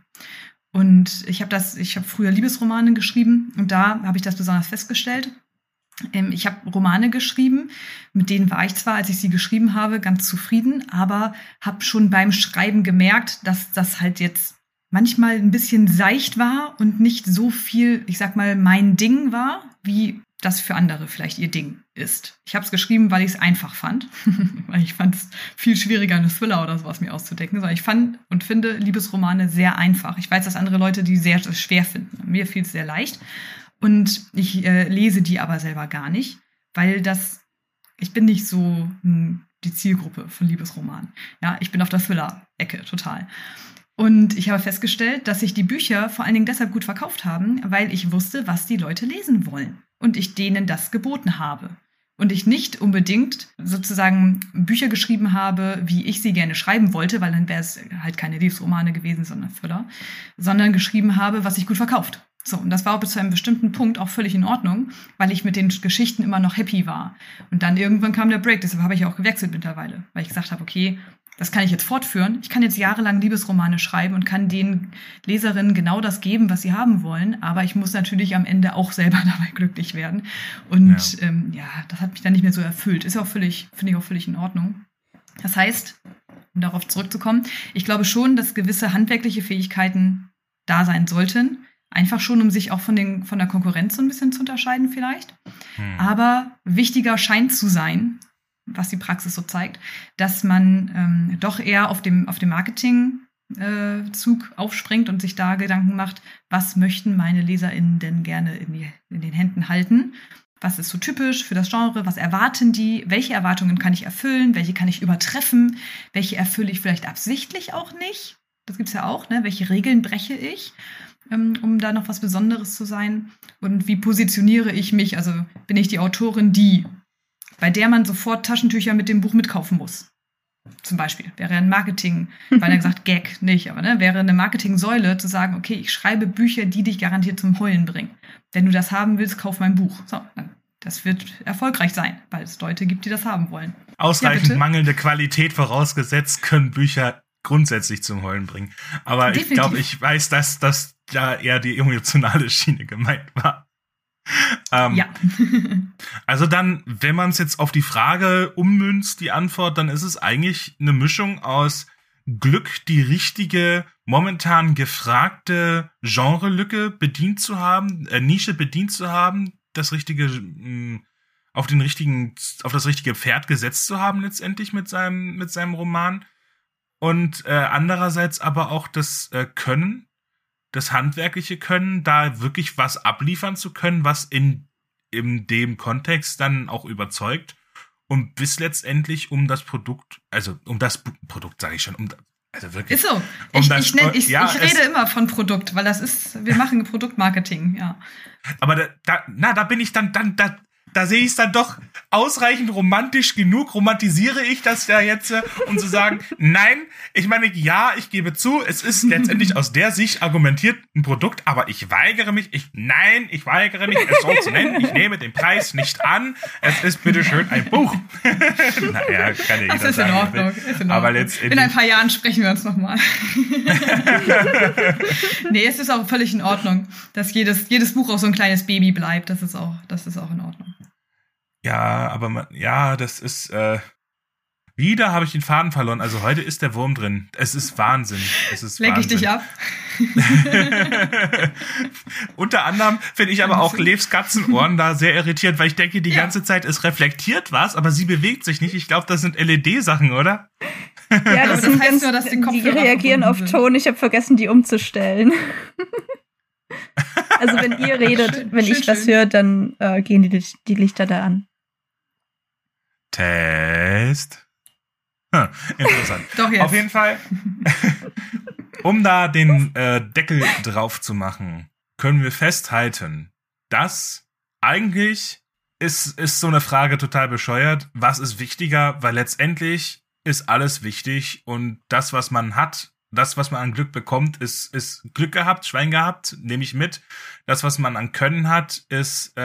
Und ich habe früher Liebesromane geschrieben und da habe ich das besonders festgestellt. Ich habe Romane geschrieben, mit denen war ich zwar, als ich sie geschrieben habe, ganz zufrieden, aber habe schon beim Schreiben gemerkt, dass das halt jetzt manchmal ein bisschen seicht war und nicht so viel, ich sag mal, mein Ding war, wie das für andere vielleicht ihr Ding ist. Ich habe es geschrieben, weil ich es einfach fand. Weil ich fand es viel schwieriger, eine Thriller oder sowas mir auszudenken. Sondern ich fand und finde Liebesromane sehr einfach. Ich weiß, dass andere Leute die sehr schwer finden. Mir fiel es sehr leicht. Und ich lese die aber selber gar nicht, weil ich bin nicht so die Zielgruppe von Liebesromanen. Ja, ich bin auf der Thriller-Ecke total. Und ich habe festgestellt, dass sich die Bücher vor allen Dingen deshalb gut verkauft haben, weil ich wusste, was die Leute lesen wollen. Und ich denen das geboten habe. Und ich nicht unbedingt sozusagen Bücher geschrieben habe, wie ich sie gerne schreiben wollte, weil dann wäre es halt keine Liebesromane gewesen, sondern Thriller, sondern geschrieben habe, was sich gut verkauft. So, und das war bis zu einem bestimmten Punkt auch völlig in Ordnung, weil ich mit den Geschichten immer noch happy war. Und dann irgendwann kam der Break, deshalb habe ich auch gewechselt mittlerweile, weil ich gesagt habe, okay, das kann ich jetzt fortführen. Ich kann jetzt jahrelang Liebesromane schreiben und kann den Leserinnen genau das geben, was sie haben wollen. Aber ich muss natürlich am Ende auch selber dabei glücklich werden. Und das hat mich dann nicht mehr so erfüllt. Ist auch finde ich auch völlig in Ordnung. Das heißt, um darauf zurückzukommen, ich glaube schon, dass gewisse handwerkliche Fähigkeiten da sein sollten. Einfach schon, um sich auch von der Konkurrenz so ein bisschen zu unterscheiden vielleicht. Aber wichtiger scheint zu sein, was die Praxis so zeigt, dass man doch eher auf dem Marketing-Zug aufspringt und sich da Gedanken macht, was möchten meine LeserInnen denn gerne in den Händen halten? Was ist so typisch für das Genre? Was erwarten die? Welche Erwartungen kann ich erfüllen? Welche kann ich übertreffen? Welche erfülle ich vielleicht absichtlich auch nicht? Das gibt's ja auch, ne? Welche Regeln breche ich, um da noch was Besonderes zu sein? Und wie positioniere ich mich? Also bin ich die Autorin, bei der man sofort Taschentücher mit dem Buch mitkaufen muss. Zum Beispiel wäre ein Marketing, weil er gesagt, Gag nicht, aber wäre eine Marketing-Säule zu sagen, okay, ich schreibe Bücher, die dich garantiert zum Heulen bringen. Wenn du das haben willst, kauf mein Buch. So, das wird erfolgreich sein, weil es Leute gibt, die das haben wollen. Ausreichend mangelnde Qualität vorausgesetzt können Bücher grundsätzlich zum Heulen bringen. Aber definitiv. Ich glaube, ich weiß, dass das da eher die emotionale Schiene gemeint war. Ja. Also dann, wenn man es jetzt auf die Frage ummünzt, die Antwort, dann ist es eigentlich eine Mischung aus Glück, die richtige, momentan gefragte Genrelücke bedient zu haben, Nische bedient zu haben, das richtige, auf das richtige Pferd gesetzt zu haben letztendlich mit seinem Roman und andererseits aber auch das Können, das handwerkliche Können, da wirklich was abliefern zu können, was in dem Kontext dann auch überzeugt und bis letztendlich um das Produkt, sage ich schon, also wirklich. Ist so. Ich rede immer von Produkt, weil wir machen Produktmarketing, ja. Aber da bin ich da sehe ich es dann doch ausreichend romantisch genug, romantisiere ich das da jetzt, um zu sagen, nein, ich meine, ja, ich gebe zu, es ist letztendlich aus der Sicht argumentiert ein Produkt, aber ich weigere mich, es so zu nennen, ich nehme den Preis nicht an, es ist bitteschön ein Buch. Naja, kann ja jeder das ist sagen. In Ordnung, ist in Ordnung. Aber letztendlich, in ein paar Jahren sprechen wir uns nochmal. Nee, es ist auch völlig in Ordnung, dass jedes Buch auch so ein kleines Baby bleibt, das ist auch in Ordnung. Ja, aber das ist, wieder habe ich den Faden verloren. Also heute ist der Wurm drin. Es ist Wahnsinn. Lenk ich dich ab? Unter anderem finde ich aber auch Levs Katzenohren da sehr irritiert, weil ich denke, die ganze Zeit, es reflektiert was, aber sie bewegt sich nicht. Ich glaube, das sind LED-Sachen, oder? Ja, das heißt nur, dass die reagieren auf Ton. Ich habe vergessen, die umzustellen. Also wenn ihr redet, wenn ich was höre, dann gehen die Lichter da an. Test. Interessant. Doch jetzt. Auf jeden Fall, um da den Deckel drauf zu machen, können wir festhalten, dass eigentlich ist so eine Frage total bescheuert. Was ist wichtiger? Weil letztendlich ist alles wichtig und das, was man hat, das, was man an Glück bekommt, ist Glück gehabt, Schwein gehabt, nehme ich mit. Das, was man an Können hat, ist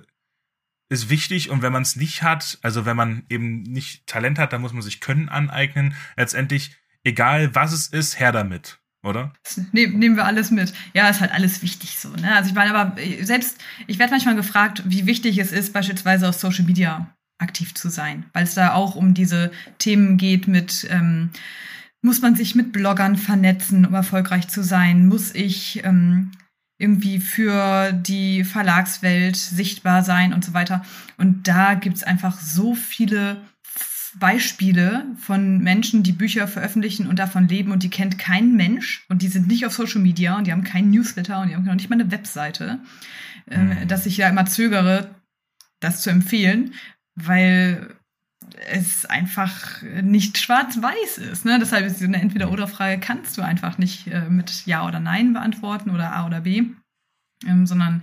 wichtig und wenn man es nicht hat, also wenn man eben nicht Talent hat, dann muss man sich Können aneignen. Letztendlich, egal was es ist, her damit, oder? Nehmen wir alles mit. Ja, ist halt alles wichtig so, ne? Also ich meine, aber selbst, ich werde manchmal gefragt, wie wichtig es ist, beispielsweise auf Social Media aktiv zu sein, weil es da auch um diese Themen geht mit, muss man sich mit Bloggern vernetzen, um erfolgreich zu sein? Muss ich irgendwie für die Verlagswelt sichtbar sein und so weiter? Und da gibt's einfach so viele Beispiele von Menschen, die Bücher veröffentlichen und davon leben und die kennt kein Mensch und die sind nicht auf Social Media und die haben keinen Newsletter und die haben noch nicht mal eine Webseite, dass ich ja immer zögere, das zu empfehlen, weil es einfach nicht schwarz-weiß ist, ne? Deshalb ist eine Entweder-oder-Frage, kannst du einfach nicht mit Ja oder Nein beantworten oder A oder B, sondern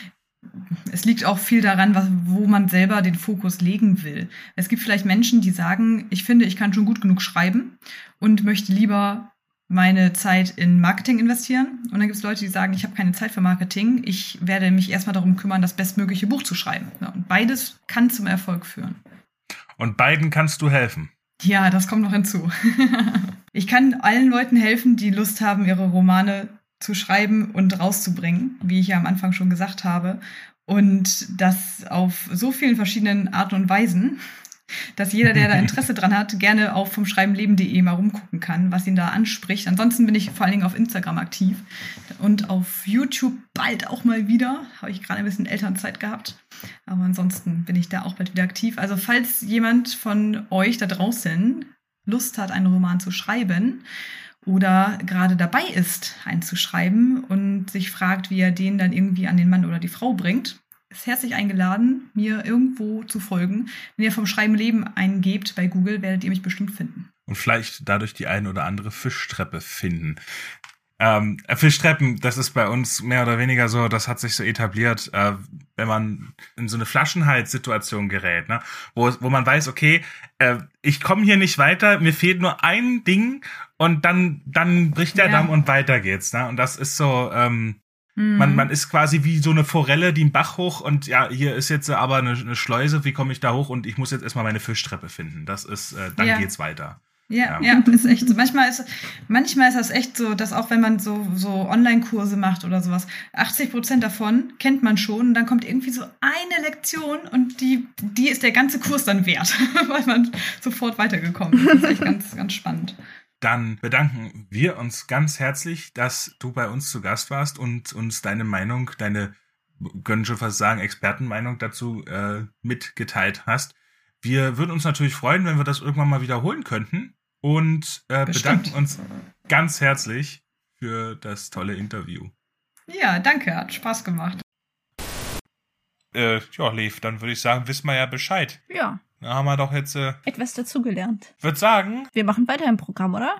es liegt auch viel daran, wo man selber den Fokus legen will. Es gibt vielleicht Menschen, die sagen, ich finde, ich kann schon gut genug schreiben und möchte lieber meine Zeit in Marketing investieren. Und dann gibt es Leute, die sagen, ich habe keine Zeit für Marketing, ich werde mich erstmal darum kümmern, das bestmögliche Buch zu schreiben. Ja, und beides kann zum Erfolg führen. Und beiden kannst du helfen. Ja, das kommt noch hinzu. Ich kann allen Leuten helfen, die Lust haben, ihre Romane zu schreiben und rauszubringen, wie ich ja am Anfang schon gesagt habe. Und das auf so vielen verschiedenen Arten und Weisen, dass jeder, der da Interesse dran hat, gerne auch vom schreibenleben.de mal rumgucken kann, was ihn da anspricht. Ansonsten bin ich vor allen Dingen auf Instagram aktiv und auf YouTube bald auch mal wieder. Habe ich gerade ein bisschen Elternzeit gehabt. Aber ansonsten bin ich da auch bald wieder aktiv. Also falls jemand von euch da draußen Lust hat, einen Roman zu schreiben oder gerade dabei ist, einen zu schreiben und sich fragt, wie er den dann irgendwie an den Mann oder die Frau bringt, ist herzlich eingeladen, mir irgendwo zu folgen. Wenn ihr vom Schreiben Leben eingebt bei Google, werdet ihr mich bestimmt finden. Und vielleicht dadurch die eine oder andere Fischtreppe finden. Fischtreppen, das ist bei uns mehr oder weniger so, das hat sich so etabliert, wenn man in so eine Flaschenhals-Situation gerät, ne? Wo man weiß, okay, ich komme hier nicht weiter, mir fehlt nur ein Ding und dann bricht der Damm und weiter geht's, ne? Und das ist so, man ist quasi wie so eine Forelle, die einen Bach hoch und ja, hier ist jetzt aber eine Schleuse, wie komme ich da hoch und ich muss jetzt erstmal meine Fischtreppe finden. Das ist, dann geht's weiter. Ja, ist echt so. Manchmal ist das echt so, dass auch wenn man so Online-Kurse macht oder sowas, 80% davon kennt man schon und dann kommt irgendwie so eine Lektion und die ist der ganze Kurs dann wert, weil man sofort weitergekommen ist. Das ist echt ganz, ganz spannend. Dann bedanken wir uns ganz herzlich, dass du bei uns zu Gast warst und uns deine Meinung, können schon fast sagen, Expertenmeinung dazu mitgeteilt hast. Wir würden uns natürlich freuen, wenn wir das irgendwann mal wiederholen könnten und bedanken uns ganz herzlich für das tolle Interview. Ja, danke, hat Spaß gemacht. Ja, Lev, dann würde ich sagen, wissen wir ja Bescheid. Ja. Da haben wir doch jetzt etwas dazugelernt. Würde sagen, wir machen weiter im Programm, oder?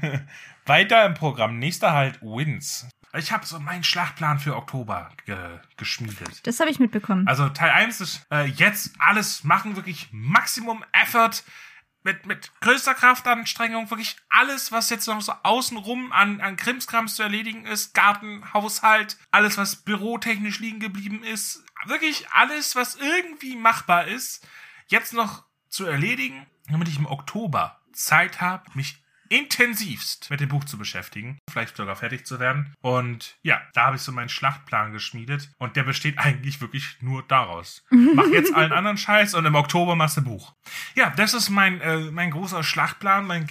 Weiter im Programm. Nächster halt Wins. Ich habe so meinen Schlachtplan für Oktober geschmiedet. Das habe ich mitbekommen. Also Teil 1 ist jetzt alles machen, wirklich Maximum Effort, mit größter Kraftanstrengung, wirklich alles, was jetzt noch so außenrum an Krimskrams zu erledigen ist, Garten, Haushalt, alles, was bürotechnisch liegen geblieben ist, wirklich alles, was irgendwie machbar ist, jetzt noch zu erledigen, damit ich im Oktober Zeit habe, mich intensivst mit dem Buch zu beschäftigen, vielleicht sogar fertig zu werden. Und ja, da habe ich so meinen Schlachtplan geschmiedet und der besteht eigentlich wirklich nur daraus. Mach jetzt allen anderen Scheiß und im Oktober machst du Buch. Ja, das ist mein großer Schlachtplan, mein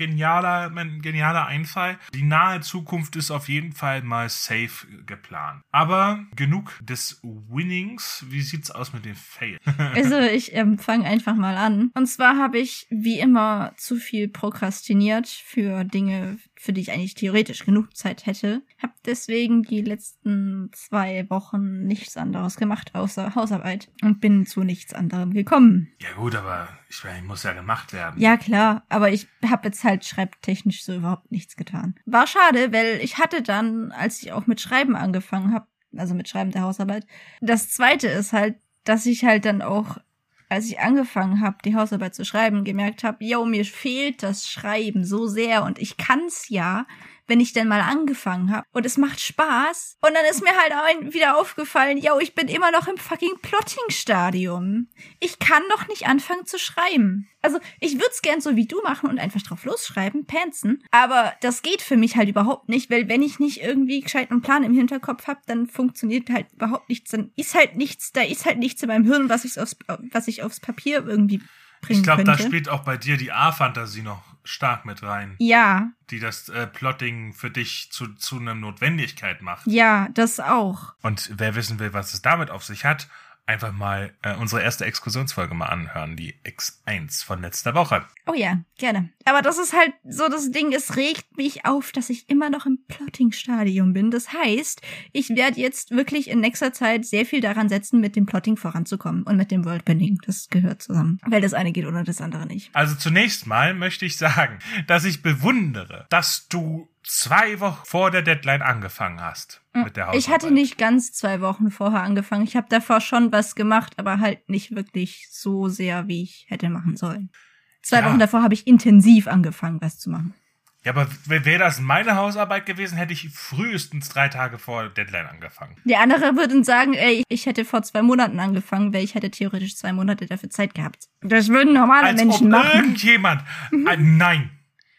genialer Einfall. Die nahe Zukunft ist auf jeden Fall mal safe geplant. Aber genug des Winnings. Wie sieht's aus mit dem Fail? Also ich fange einfach mal an. Und zwar habe ich wie immer zu viel prokrastiniert für Dinge, für die ich eigentlich theoretisch genug Zeit hätte. Hab deswegen die letzten 2 Wochen nichts anderes gemacht, außer Hausarbeit. Und bin zu nichts anderem gekommen. Ja gut, aber ich meine, muss ja gemacht werden. Ja klar, aber ich habe jetzt halt schreibtechnisch so überhaupt nichts getan. War schade, weil ich hatte dann, als ich auch mit Schreiben angefangen habe, also mit Schreiben der Hausarbeit, das Zweite ist halt, dass ich halt dann auch, als ich angefangen habe, die Hausarbeit zu schreiben, gemerkt habe, mir fehlt das Schreiben so sehr und ich kann's ja, wenn ich denn mal angefangen habe. Und es macht Spaß. Und dann ist mir halt wieder aufgefallen, ich bin immer noch im fucking Plotting-Stadium. Ich kann noch nicht anfangen zu schreiben. Also, ich würde es gern so wie du machen und einfach drauf losschreiben, pantsen. Aber das geht für mich halt überhaupt nicht, weil wenn ich nicht irgendwie gescheit einen Plan im Hinterkopf habe, dann funktioniert halt überhaupt nichts. Dann ist halt nichts in meinem Hirn, was ich aufs Papier irgendwie bringen könnte. Ich glaube, da spielt auch bei dir die A-Fantasie noch stark mit rein. Ja. Die das Plotting für dich zu einer Notwendigkeit macht. Ja, das auch. Und wer wissen will, was es damit auf sich hat, einfach mal unsere erste Exkursionsfolge mal anhören, die X1 von letzter Woche. Oh ja, gerne. Aber das ist halt so das Ding, es regt mich auf, dass ich immer noch im Plotting-Stadium bin. Das heißt, ich werde jetzt wirklich in nächster Zeit sehr viel daran setzen, mit dem Plotting voranzukommen und mit dem Worldbuilding. Das gehört zusammen, weil das eine geht ohne das andere nicht. Also zunächst mal möchte ich sagen, dass ich bewundere, dass du 2 Wochen vor der Deadline angefangen hast mit der Hausarbeit. Ich hatte nicht ganz 2 Wochen vorher angefangen. Ich habe davor schon was gemacht, aber halt nicht wirklich so sehr, wie ich hätte machen sollen. 2 Wochen davor habe ich intensiv angefangen, was zu machen. Ja, aber wäre das meine Hausarbeit gewesen, hätte ich frühestens 3 Tage vor Deadline angefangen. Der andere würde sagen, ich hätte vor 2 Monaten angefangen, weil ich hätte theoretisch 2 Monate dafür Zeit gehabt. Das würden normale Menschen machen. Irgendjemand. Nein.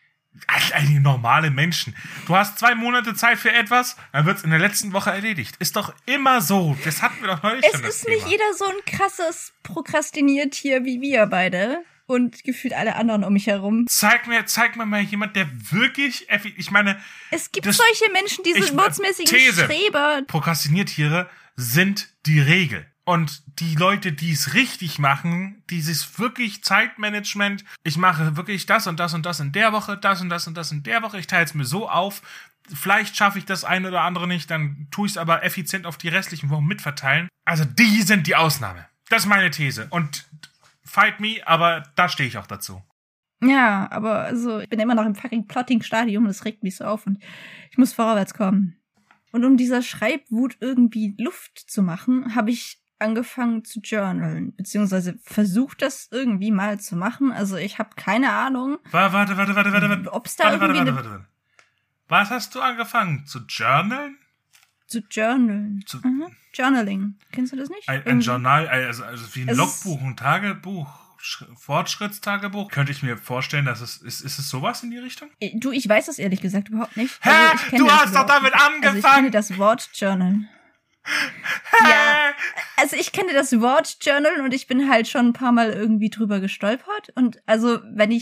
Einige normale Menschen. Du hast 2 Monate Zeit für etwas, dann wird's in der letzten Woche erledigt. Ist doch immer so. Das hatten wir doch neulich schon. Es ist nicht jeder so ein krasses Prokrastiniertier wie wir beide. Und gefühlt alle anderen um mich herum. Zeig mir mal jemand, der wirklich, ich meine... Es gibt solche Menschen, diese mordsmäßigen Streber. Prokrastiniertiere sind die Regel. Und die Leute, die es richtig machen, dieses wirklich Zeitmanagement, ich mache wirklich das und das und das in der Woche, das und das und das in der Woche, ich teile es mir so auf, vielleicht schaffe ich das eine oder andere nicht, dann tue ich es aber effizient auf die restlichen Wochen mitverteilen. Also die sind die Ausnahme. Das ist meine These. Und fight me, aber da stehe ich auch dazu. Ja, aber also ich bin immer noch im fucking Plotting-Stadium und das regt mich so auf und ich muss vorwärts kommen. Und um dieser Schreibwut irgendwie Luft zu machen, habe ich angefangen zu journalen, beziehungsweise versucht das irgendwie mal zu machen. Also ich habe keine Ahnung. Warte. Ob es da Warte. Was hast du angefangen? Zu journalen? Zu journalen. Journaling. Kennst du das nicht? Ein Journal, also wie ein Logbuch, ein Tagebuch, Fortschrittstagebuch. Könnte ich mir vorstellen, dass ist es sowas in die Richtung? Du, ich weiß das ehrlich gesagt überhaupt nicht. Hä? Also du hast doch damit angefangen! Also ich kenne das Wort Journal. Ja, also ich kenne das Wort Journal und ich bin halt schon ein paar Mal irgendwie drüber gestolpert. Und also wenn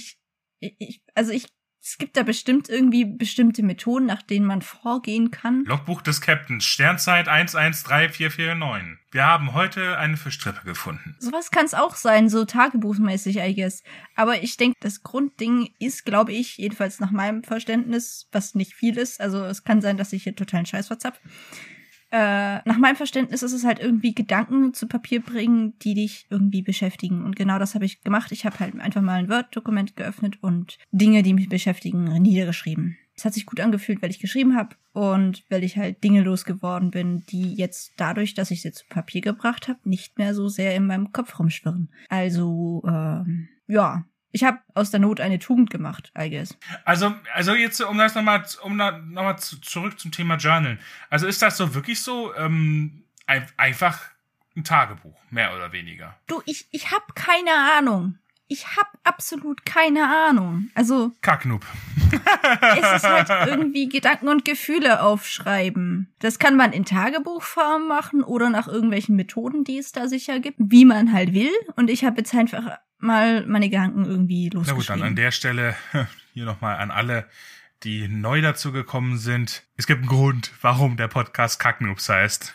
es gibt da bestimmt irgendwie bestimmte Methoden, nach denen man vorgehen kann. Logbuch des Captains, Sternzeit 113449. Wir haben heute eine Fischstrippe gefunden. Sowas kann es auch sein, so tagebuchmäßig, I guess. Aber ich denke, das Grundding ist, glaube ich, jedenfalls nach meinem Verständnis, was nicht viel ist, also es kann sein, dass ich hier totalen Scheiß verzapf, Nach meinem Verständnis ist es halt irgendwie Gedanken zu Papier bringen, die dich irgendwie beschäftigen. Und genau das habe ich gemacht. Ich habe halt einfach mal ein Word-Dokument geöffnet und Dinge, die mich beschäftigen, niedergeschrieben. Es hat sich gut angefühlt, weil ich geschrieben habe und weil ich halt Dinge losgeworden bin, die jetzt dadurch, dass ich sie zu Papier gebracht habe, nicht mehr so sehr in meinem Kopf rumschwirren. Also, ja, ich habe aus der Not eine Tugend gemacht, I guess. Also jetzt, um nochmal zurück zum Thema Journalen. Also ist das so wirklich so einfach ein Tagebuch, mehr oder weniger? Du, ich habe keine Ahnung. Ich habe absolut keine Ahnung. Also Kacknoob. Es ist halt irgendwie Gedanken und Gefühle aufschreiben. Das kann man in Tagebuchform machen oder nach irgendwelchen Methoden, die es da sicher gibt, wie man halt will. Und ich habe jetzt einfach mal meine Gedanken irgendwie losgeschrieben. Na gut, dann an der Stelle hier nochmal an alle, die neu dazu gekommen sind. Es gibt einen Grund, warum der Podcast Kacknoobs heißt.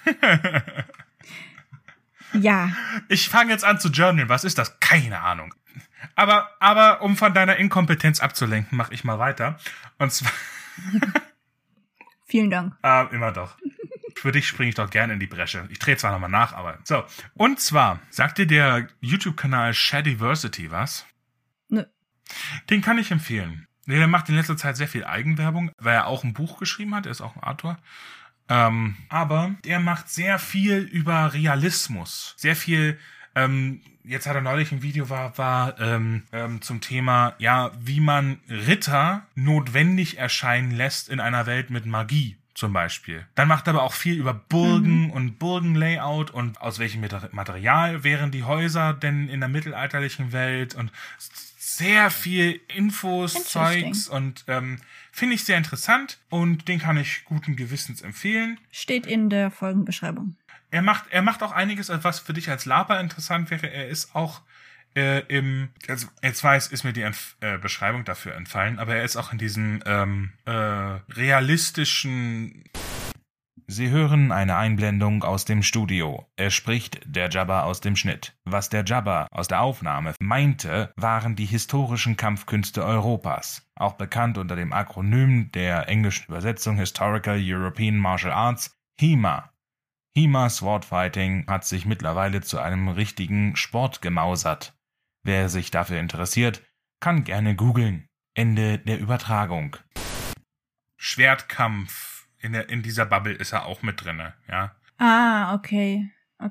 Ja. Ich fange jetzt an zu journalen. Was ist das? Keine Ahnung. Aber um von deiner Inkompetenz abzulenken, mache ich mal weiter. Und zwar... Vielen Dank. Immer doch. Für dich springe ich doch gerne in die Bresche. Ich drehe zwar nochmal nach, aber... So, und zwar, sagt dir der YouTube-Kanal Shadiversity was? Nö. Den kann ich empfehlen. Der macht in letzter Zeit sehr viel Eigenwerbung, weil er auch ein Buch geschrieben hat. Er ist auch ein Autor. Aber der macht sehr viel über Realismus. Sehr viel... jetzt hat er neulich ein Video zum Thema, ja, wie man Ritter notwendig erscheinen lässt in einer Welt mit Magie, zum Beispiel. Dann macht er aber auch viel über Burgen und Burgenlayout und aus welchem Material wären die Häuser denn in der mittelalterlichen Welt und sehr viel Infos, Zeugs und finde ich sehr interessant und den kann ich guten Gewissens empfehlen. Steht in der Folgenbeschreibung. Er macht auch einiges, was für dich als Laber interessant wäre. Er ist auch ist mir die Beschreibung dafür entfallen, aber er ist auch in diesen realistischen... Sie hören eine Einblendung aus dem Studio. Es spricht der Jabba aus dem Schnitt. Was der Jabba aus der Aufnahme meinte, waren die historischen Kampfkünste Europas, auch bekannt unter dem Akronym der englischen Übersetzung Historical European Martial Arts, HEMA. HEMA Swordfighting hat sich mittlerweile zu einem richtigen Sport gemausert. Wer sich dafür interessiert, kann gerne googeln. Ende der Übertragung. Schwertkampf, in dieser Bubble ist er auch mit drinne, ja. Ah, okay.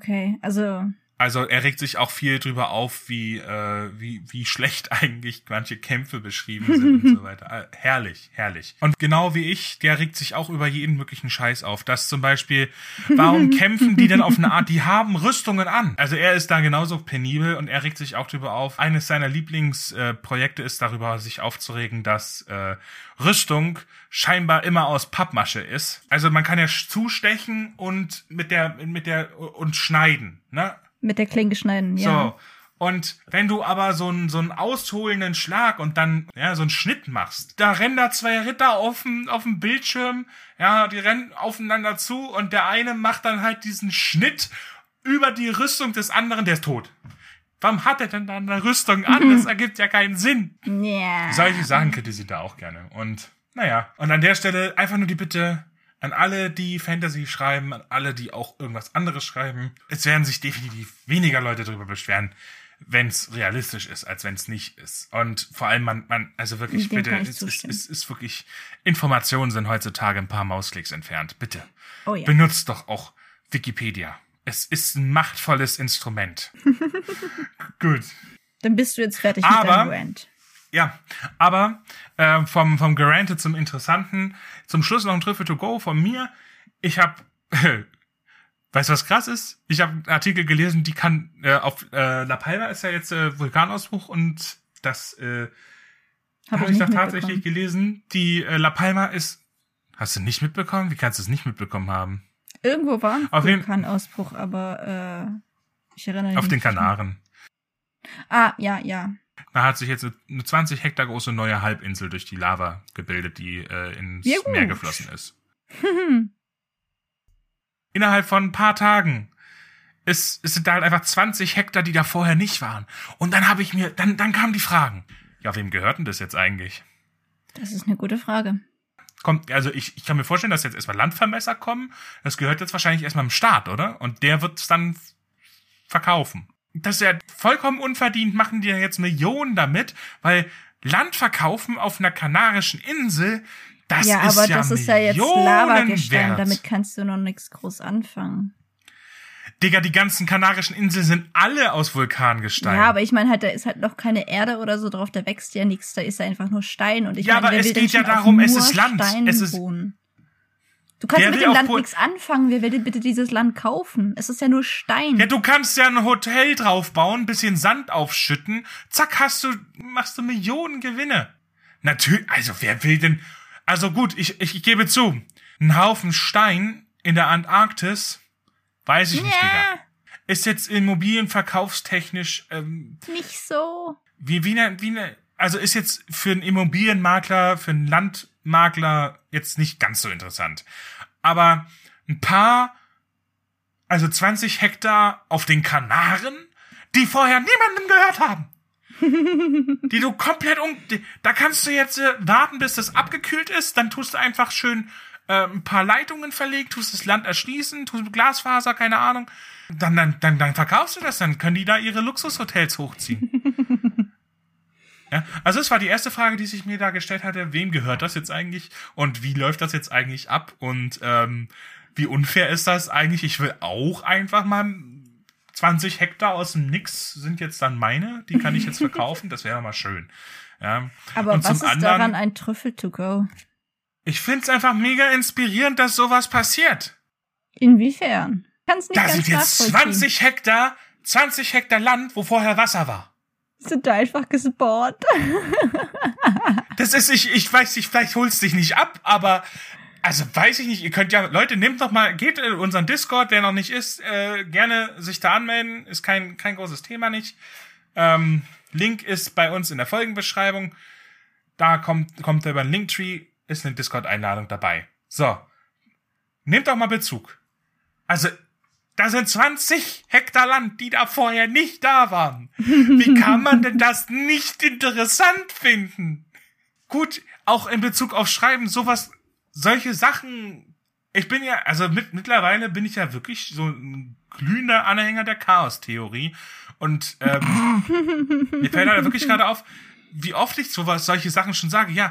Also er regt sich auch viel drüber auf, wie schlecht eigentlich manche Kämpfe beschrieben sind und so weiter. Herrlich, herrlich. Und genau wie ich, der regt sich auch über jeden möglichen Scheiß auf. Das zum Beispiel, warum kämpfen die denn auf eine Art, die haben Rüstungen an. Also er ist da genauso penibel und er regt sich auch drüber auf. Eines seiner Lieblingsprojekte ist darüber, sich aufzuregen, dass Rüstung scheinbar immer aus Pappmasche ist. Also man kann ja zustechen und und schneiden, ne? Mit der Klinge schneiden, ja. So. Und wenn du aber so einen ausholenden Schlag und dann, ja, so einen Schnitt machst, da rennen da zwei Ritter auf dem Bildschirm, ja, die rennen aufeinander zu und der eine macht dann halt diesen Schnitt über die Rüstung des anderen, der ist tot. Warum hat er denn dann eine Rüstung an? Das ergibt ja keinen Sinn. Yeah. Solche Sachen kritisiert er auch gerne. Und, naja. Und an der Stelle einfach nur die Bitte an alle, die Fantasy schreiben, an alle, die auch irgendwas anderes schreiben. Es werden sich definitiv weniger Leute darüber beschweren, wenn es realistisch ist, als wenn es nicht ist. Und vor allem also wirklich, bitte, es ist wirklich, Informationen sind heutzutage ein paar Mausklicks entfernt. Bitte. Oh ja. Benutzt doch auch Wikipedia. Es ist ein machtvolles Instrument. Gut. Dann bist du jetzt fertig mit deinem Rant. Ja, aber vom Geranted zum Interessanten, zum Schluss noch ein Trüffel to go von mir. Ich habe, weißt du, was krass ist? Ich habe einen Artikel gelesen, die kann, auf La Palma ist ja jetzt Vulkanausbruch und das habe ich doch tatsächlich gelesen. Die La Palma ist, hast du nicht mitbekommen? Wie kannst du es nicht mitbekommen haben? Irgendwo war ein Vulkanausbruch, aber ich erinnere mich nicht. Auf den Kanaren. Ah, ja. Da hat sich jetzt eine 20 Hektar große neue Halbinsel durch die Lava gebildet, die ins Meer geflossen ist. Innerhalb von ein paar Tagen. Es sind da halt einfach 20 Hektar, die da vorher nicht waren. Und dann dann kamen die Fragen. Ja, wem gehört denn das jetzt eigentlich? Das ist eine gute Frage. kommt, also ich kann mir vorstellen, dass jetzt erstmal Landvermesser kommen. Das gehört jetzt wahrscheinlich erstmal dem Staat, oder? Und der wird es dann verkaufen. Das ist ja vollkommen unverdient, machen die ja jetzt Millionen damit, weil Land verkaufen auf einer kanarischen Insel, das ist ja aber das ist ja jetzt Lavagestein, wert. Damit kannst du noch nichts groß anfangen. Digga, die ganzen kanarischen Inseln sind alle aus Vulkangestein. Ja, aber ich meine halt, da ist halt noch keine Erde oder so drauf, da wächst ja nichts, da ist einfach nur Stein. Und ich ja, meine, aber es geht ja darum, es ist Land. Du kannst mit dem Land nichts anfangen. Wer will denn bitte dieses Land kaufen? Es ist ja nur Stein. Ja, du kannst ja ein Hotel draufbauen, ein bisschen Sand aufschütten. Zack, machst du Millionen Gewinne. Natürlich, also wer will denn... Also gut, ich gebe zu, ein Haufen Stein in der Antarktis, weiß ich nicht, Digga. Ist jetzt immobilienverkaufstechnisch... nicht so. Also ist jetzt für einen Immobilienmakler, für einen Landmakler jetzt nicht ganz so interessant. Aber also 20 Hektar auf den Kanaren, die vorher niemandem gehört haben. Die du komplett da kannst du jetzt warten, bis das abgekühlt ist, dann tust du einfach schön ein paar Leitungen verlegt, tust das Land erschließen, tust Glasfaser, keine Ahnung. Dann verkaufst du das, dann können die da ihre Luxushotels hochziehen. Ja, also das war die erste Frage, die sich mir da gestellt hatte. Wem gehört das jetzt eigentlich? Und wie läuft das jetzt eigentlich ab? Und wie unfair ist das eigentlich? Ich will auch einfach mal 20 Hektar aus dem Nix sind jetzt dann meine. Die kann ich jetzt verkaufen. Das wäre mal schön. Ja. Aber und was ist daran ein Trüffel to go? Ich find's einfach mega inspirierend, dass sowas passiert. Inwiefern? Kann's nicht da sind jetzt 20 Hektar Land, wo vorher Wasser war. Sind da einfach gespawnt. Das ist, ich weiß nicht, vielleicht holst dich nicht ab, aber, also weiß ich nicht, ihr könnt ja, Leute, geht in unseren Discord, wer noch nicht ist, gerne sich da anmelden, ist kein großes Thema nicht. Link ist bei uns in der Folgenbeschreibung, da kommt er über den Linktree, ist eine Discord-Einladung dabei. So, nehmt doch mal Bezug. Also, da sind 20 Hektar Land, die da vorher nicht da waren. Wie kann man denn das nicht interessant finden? Gut, auch in Bezug auf Schreiben, solche Sachen. Ich bin ja, also mittlerweile bin ich ja wirklich so ein glühender Anhänger der Chaos-Theorie. Und mir fällt da wirklich gerade auf, wie oft ich solche Sachen schon sage. Ja,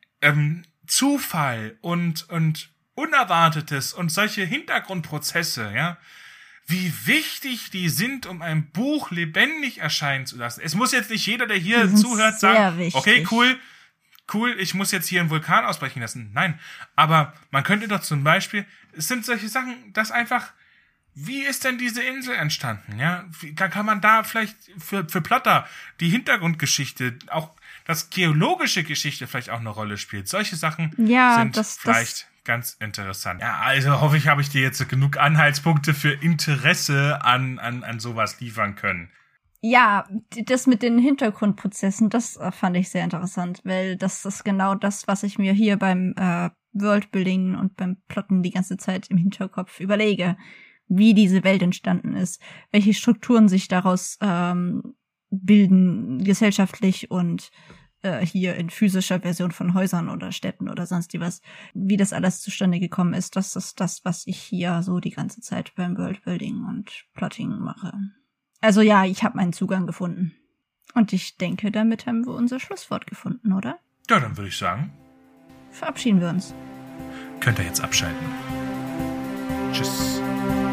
Zufall und Unerwartetes und solche Hintergrundprozesse, ja. Wie wichtig die sind, um ein Buch lebendig erscheinen zu lassen. Es muss jetzt nicht jeder, der hier zuhört, sagen, okay, cool, ich muss jetzt hier einen Vulkan ausbrechen lassen. Nein, aber man könnte doch zum Beispiel, es sind solche Sachen, dass einfach, wie ist denn diese Insel entstanden? Ja, dann kann man da vielleicht für Plotter die Hintergrundgeschichte, auch das geologische Geschichte vielleicht auch eine Rolle spielt. Solche Sachen sind vielleicht ganz interessant. Ja, also hoffe ich, habe ich dir jetzt genug Anhaltspunkte für Interesse an sowas liefern können. Ja, das mit den Hintergrundprozessen, das fand ich sehr interessant, weil das ist genau das, was ich mir hier beim Worldbuilding und beim Plotten die ganze Zeit im Hinterkopf überlege, wie diese Welt entstanden ist, welche Strukturen sich daraus bilden, gesellschaftlich und hier in physischer Version von Häusern oder Städten oder sonst was, wie das alles zustande gekommen ist. Das ist das, was ich hier so die ganze Zeit beim Worldbuilding und Plotting mache. Also ja, ich habe meinen Zugang gefunden. Und ich denke, damit haben wir unser Schlusswort gefunden, oder? Ja, dann würde ich sagen, verabschieden wir uns. Könnt ihr jetzt abschalten. Tschüss.